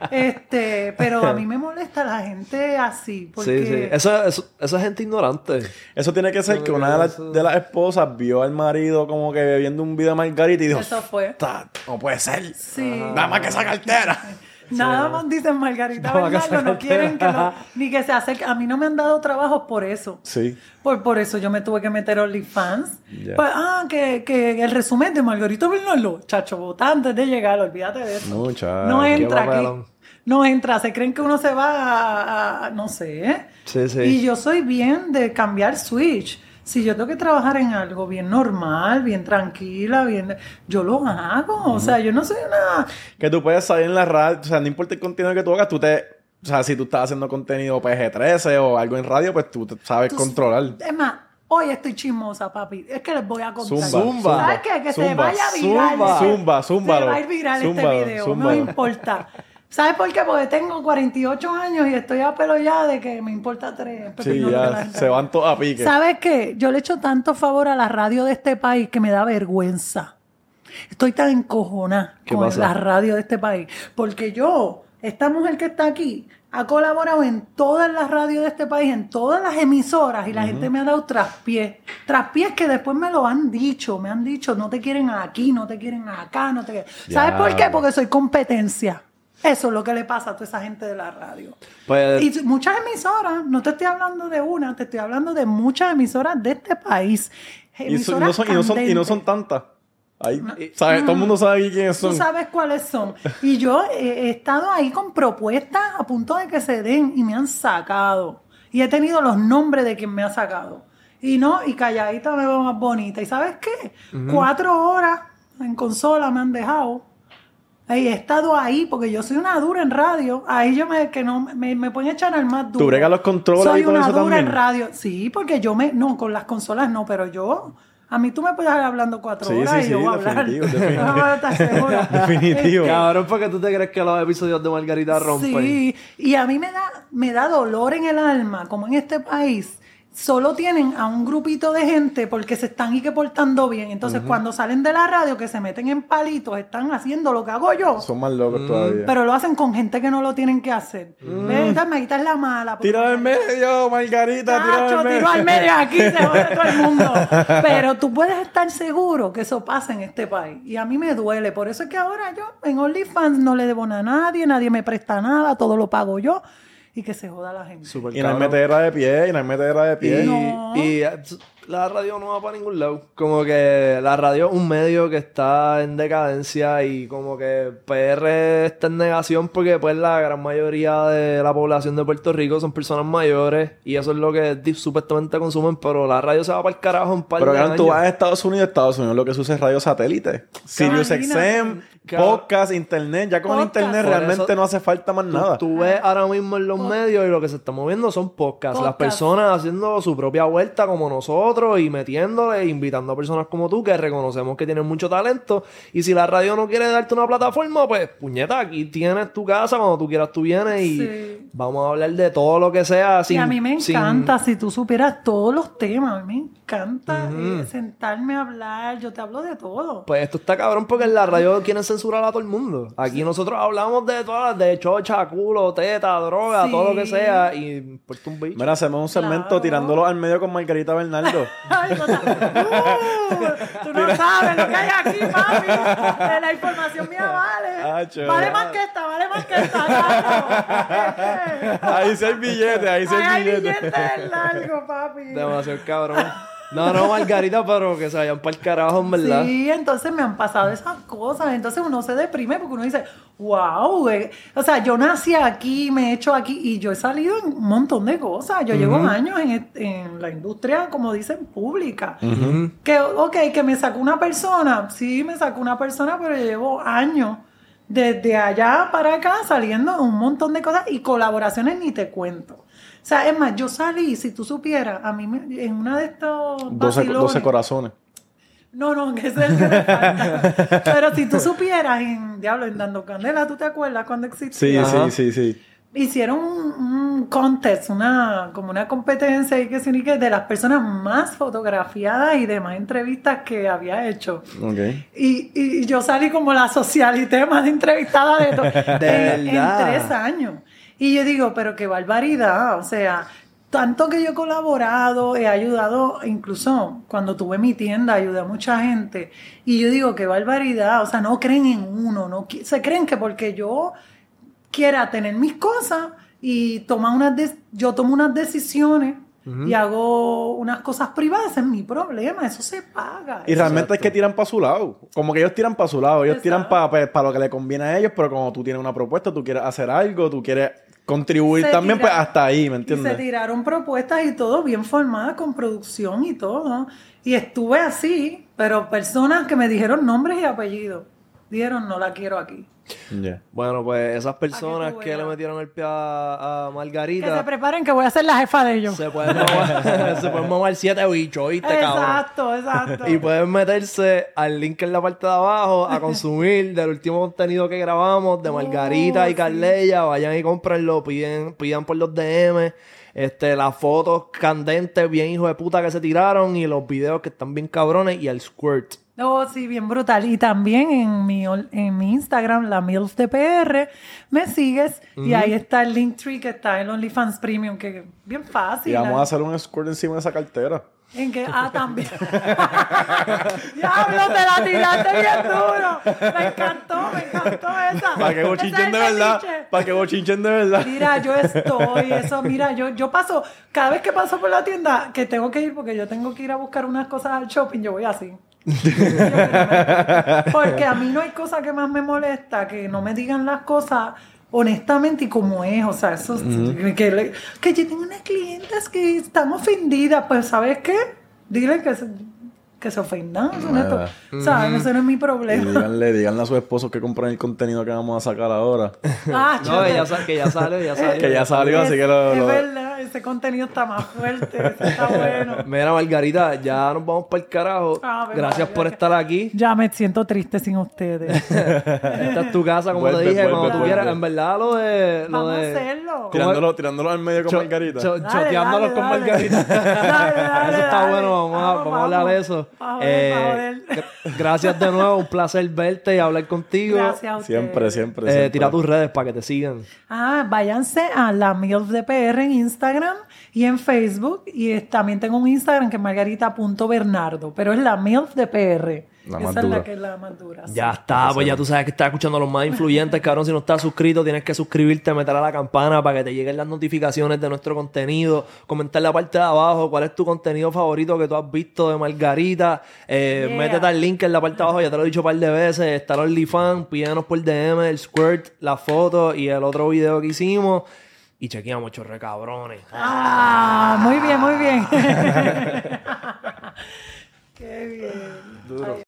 Pero a mí me molesta la gente así. Porque... Sí. Eso es gente ignorante. Eso tiene que ser que una de las esposas vio al marido como que viendo un video de Margarita y dijo... Eso fue. No puede ser. Sí. Nada más que esa cartera. Nada más dicen Margarita Bernardo, no quieren ni que se acerque. A mí no me han dado trabajos por eso. Sí. Por eso yo me tuve que meter OnlyFans. Yeah. Pues, que el resumen de Margarita Bernardo, chacho, vota antes de llegar, olvídate de eso. Muchacho. No entra Qué aquí. papelón. No entra, se creen que uno se va a no sé, ¿eh? Sí. Y yo soy bien de cambiar switch. Si yo tengo que trabajar en algo bien normal, bien tranquila, yo lo hago. O sea, yo no soy una... Que tú puedes salir en la radio, o sea, no importa el contenido que tú hagas, o sea, si tú estás haciendo contenido PG-13 o algo en radio, pues tú sabes controlar. Es más, hoy estoy chismosa, papi. Es que les voy a contar. Zumba. ¿Sabes qué? Que se vaya viral. Zumba. Se va a ir viral este video. No me importa. ¿Sabes por qué? Porque tengo 48 años y estoy a pelo ya de que me importa 3. Sí, ya se van todos a pique. ¿Sabes qué? Yo le echo tanto favor a la radio de este país que me da vergüenza. Estoy tan encojonada con la radio de este país. Porque esta mujer que está aquí, ha colaborado en todas las radios de este país, en todas las emisoras, y la gente me ha dado traspiés. Traspiés que después me lo han dicho. Me han dicho, no te quieren aquí, no te quieren acá, no te quieren... ¿Sabes por qué? Porque soy competencia. Eso es lo que le pasa a toda esa gente de la radio. Pues, y muchas emisoras, no te estoy hablando de una, te estoy hablando de muchas emisoras de este país. Y no son tantas. Ahí, ¿sabes? Todo el mundo sabe aquí quiénes son. Tú sabes cuáles son. Y yo he estado ahí con propuestas a punto de que se den y me han sacado. Y he tenido los nombres de quien me ha sacado. Y calladita me veo más bonita. ¿Y sabes qué? 4 horas en consola me han dejado. Y he estado ahí porque yo soy una dura en radio. Ahí me pueden echar al más duro. ¿Tú bregas los controles soy y todo eso también? Soy una dura en radio. Sí, porque no, con las consolas no, pero yo... A mí tú me puedes estar hablando 4 horas y yo voy a hablar. Definitivo. Cabrón, porque tú te crees que los episodios de Margarita rompen. Sí, y a mí me da dolor en el alma, como en este país, solo tienen a un grupito de gente porque se están portando bien. Entonces, cuando salen de la radio, que se meten en palitos, están haciendo lo que hago yo. Son más locos todavía. Pero lo hacen con gente que no lo tienen que hacer. Entonces, Margarita es la mala. Tira al medio, Margarita, tiro al medio, aquí se jode todo el mundo. Pero tú puedes estar seguro que eso pasa en este país. Y a mí me duele. Por eso es que ahora yo en OnlyFans no le debo nada a nadie me presta nada, todo lo pago yo. Y que se joda la gente. Super y no hay metedera de pie, Y la radio no va para ningún lado. Como que la radio es un medio que está en decadencia y como que PR está en negación porque pues la gran mayoría de la población de Puerto Rico son personas mayores y eso es lo que supuestamente consumen, pero la radio se va para el carajo en par de años. Pero tú vas a Estados Unidos lo que se usa es radio satélite. Sirius XM, podcast, internet. Ya con el internet realmente no hace falta más nada. Tú ves ahora mismo en los medios y lo que se está moviendo son podcasts. Las personas haciendo su propia vuelta como nosotros y metiéndole, invitando a personas como tú que reconocemos que tienen mucho talento. Y si la radio no quiere darte una plataforma, pues puñeta, aquí tienes tu casa, cuando tú quieras tú vienes y vamos a hablar de todo lo que sea. Y a mí me encanta, si tú supieras todos los temas, a mí me encanta sentarme a hablar, yo te hablo de todo. Pues esto está cabrón porque en la radio quieren censurar a todo el mundo. Aquí nosotros hablamos de todas, de chocha, culo, teta, droga, todo lo que sea y importa un bicho. Mira, hacemos un segmento tirándolo al medio con Margarita Bernardo. Ay, tú no sabes lo que hay aquí, papi. La información mía vale. Vale más que esta. Ahí sí hay billetes, Hay billetes largo, papi. Demasiado cabrón. No, Margarita, pero que se vayan para el carajo, en verdad. Sí, entonces me han pasado esas cosas. Entonces uno se deprime porque uno dice, wow, güey. O sea, yo nací aquí, me he hecho aquí y yo he salido en un montón de cosas. Yo llevo años en la industria, como dicen, pública. Que me sacó una persona. Sí, me sacó una persona, pero yo llevo años desde allá para acá saliendo en un montón de cosas y colaboraciones ni te cuento. O sea, es más, yo salí, si tú supieras, a mí en una de estos 12 corazones. No, que ese es el que me falta. Pero si tú supieras, en Dando Candela, ¿tú te acuerdas cuando existía? Sí. Hicieron un contest, como una competencia y que de las personas más fotografiadas y de más entrevistas que había hecho. Okay. Y yo salí como la socialité más entrevistada de todo. en 3 años. Y yo digo, pero qué barbaridad, o sea, tanto que yo he colaborado, he ayudado, incluso cuando tuve mi tienda, ayudé a mucha gente, y yo digo, qué barbaridad, o sea, no creen en uno, se creen que porque yo quiera tener mis cosas y yo tomo unas decisiones y hago unas cosas privadas, ese es mi problema, eso se paga. Y realmente es que tiran para su lado, como que ellos tiran para su lado, ellos tiran para lo que le conviene a ellos, pero como tú tienes una propuesta, tú quieres hacer algo, tú quieres contribuir también, pues hasta ahí, ¿me entiendes? Y se tiraron propuestas y todo bien formadas con producción y todo. Y estuve así, pero personas que me dijeron nombres y apellidos. Dijeron, no la quiero aquí. Yeah. Bueno, pues esas personas que le metieron el pie a Margarita... Que se preparen que voy a ser la jefa de ellos. Se pueden mover 7 bichos, ¿viste, cabrón? Exacto. Y pueden meterse al link en la parte de abajo a consumir del último contenido que grabamos de Margarita y Carleya. Vayan y cómprenlo, pidan por los DM. Las fotos candentes, bien hijo de puta que se tiraron y los videos que están bien cabrones y el squirt. Oh, sí, bien brutal. Y también en mi Instagram, la MILF de PR, me sigues y ahí está el Linktree que está en OnlyFans Premium, que es bien fácil. Y vamos a hacer un squirt encima de esa cartera. ¿En qué? También. Diablo, te la tiraste bien duro. Me encantó esa. Para que bochinchen de verdad. Para que bochinchen de verdad. Mira, yo paso, cada vez que paso por la tienda, que tengo que ir porque yo tengo que ir a buscar unas cosas al shopping, yo voy así. Porque a mí no hay cosa que más me molesta que no me digan las cosas honestamente y como es. O sea, eso que yo tengo unas clientas que están ofendidas. Pues, ¿sabes qué? Dile que se ofendan. ¿Sabes? Ese no es mi problema. Y díganle a sus esposos que compren el contenido que vamos a sacar ahora. No, que ya salió. Que ya salió, así que Es verdad, ese contenido está más fuerte, está bueno. Mira, Margarita, ya nos vamos para el carajo. Gracias por estar aquí. Ya me siento triste sin ustedes. Esta es tu casa, como te dije, cuando tú quieras. En verdad, Vamos a hacerlo. Tirándolo al medio con Margarita. Choteándolos con Margarita. Eso está bueno, vamos a hablar de eso. Gracias de nuevo, un placer verte y hablar contigo. Gracias a ustedes. Siempre. Tira tus redes para que te sigan. Váyanse a la MILF de PR en Instagram y en Facebook. Y también tengo un Instagram que es margarita.bernardo, pero es la MILF de PR. Esa es la que es la más dura. Ya está, pues ya tú sabes que estás escuchando a los más influyentes, cabrón. Si no estás suscrito, tienes que suscribirte, meter a la campana para que te lleguen las notificaciones de nuestro contenido. Comentar en la parte de abajo cuál es tu contenido favorito que tú has visto de Margarita. Métete al link en la parte de abajo, ya te lo he dicho un par de veces. Está el OnlyFans, pídenos por DM, el squirt, la foto y el otro video que hicimos. Y chequeamos, chorre cabrones. Muy bien. Qué bien. Duro.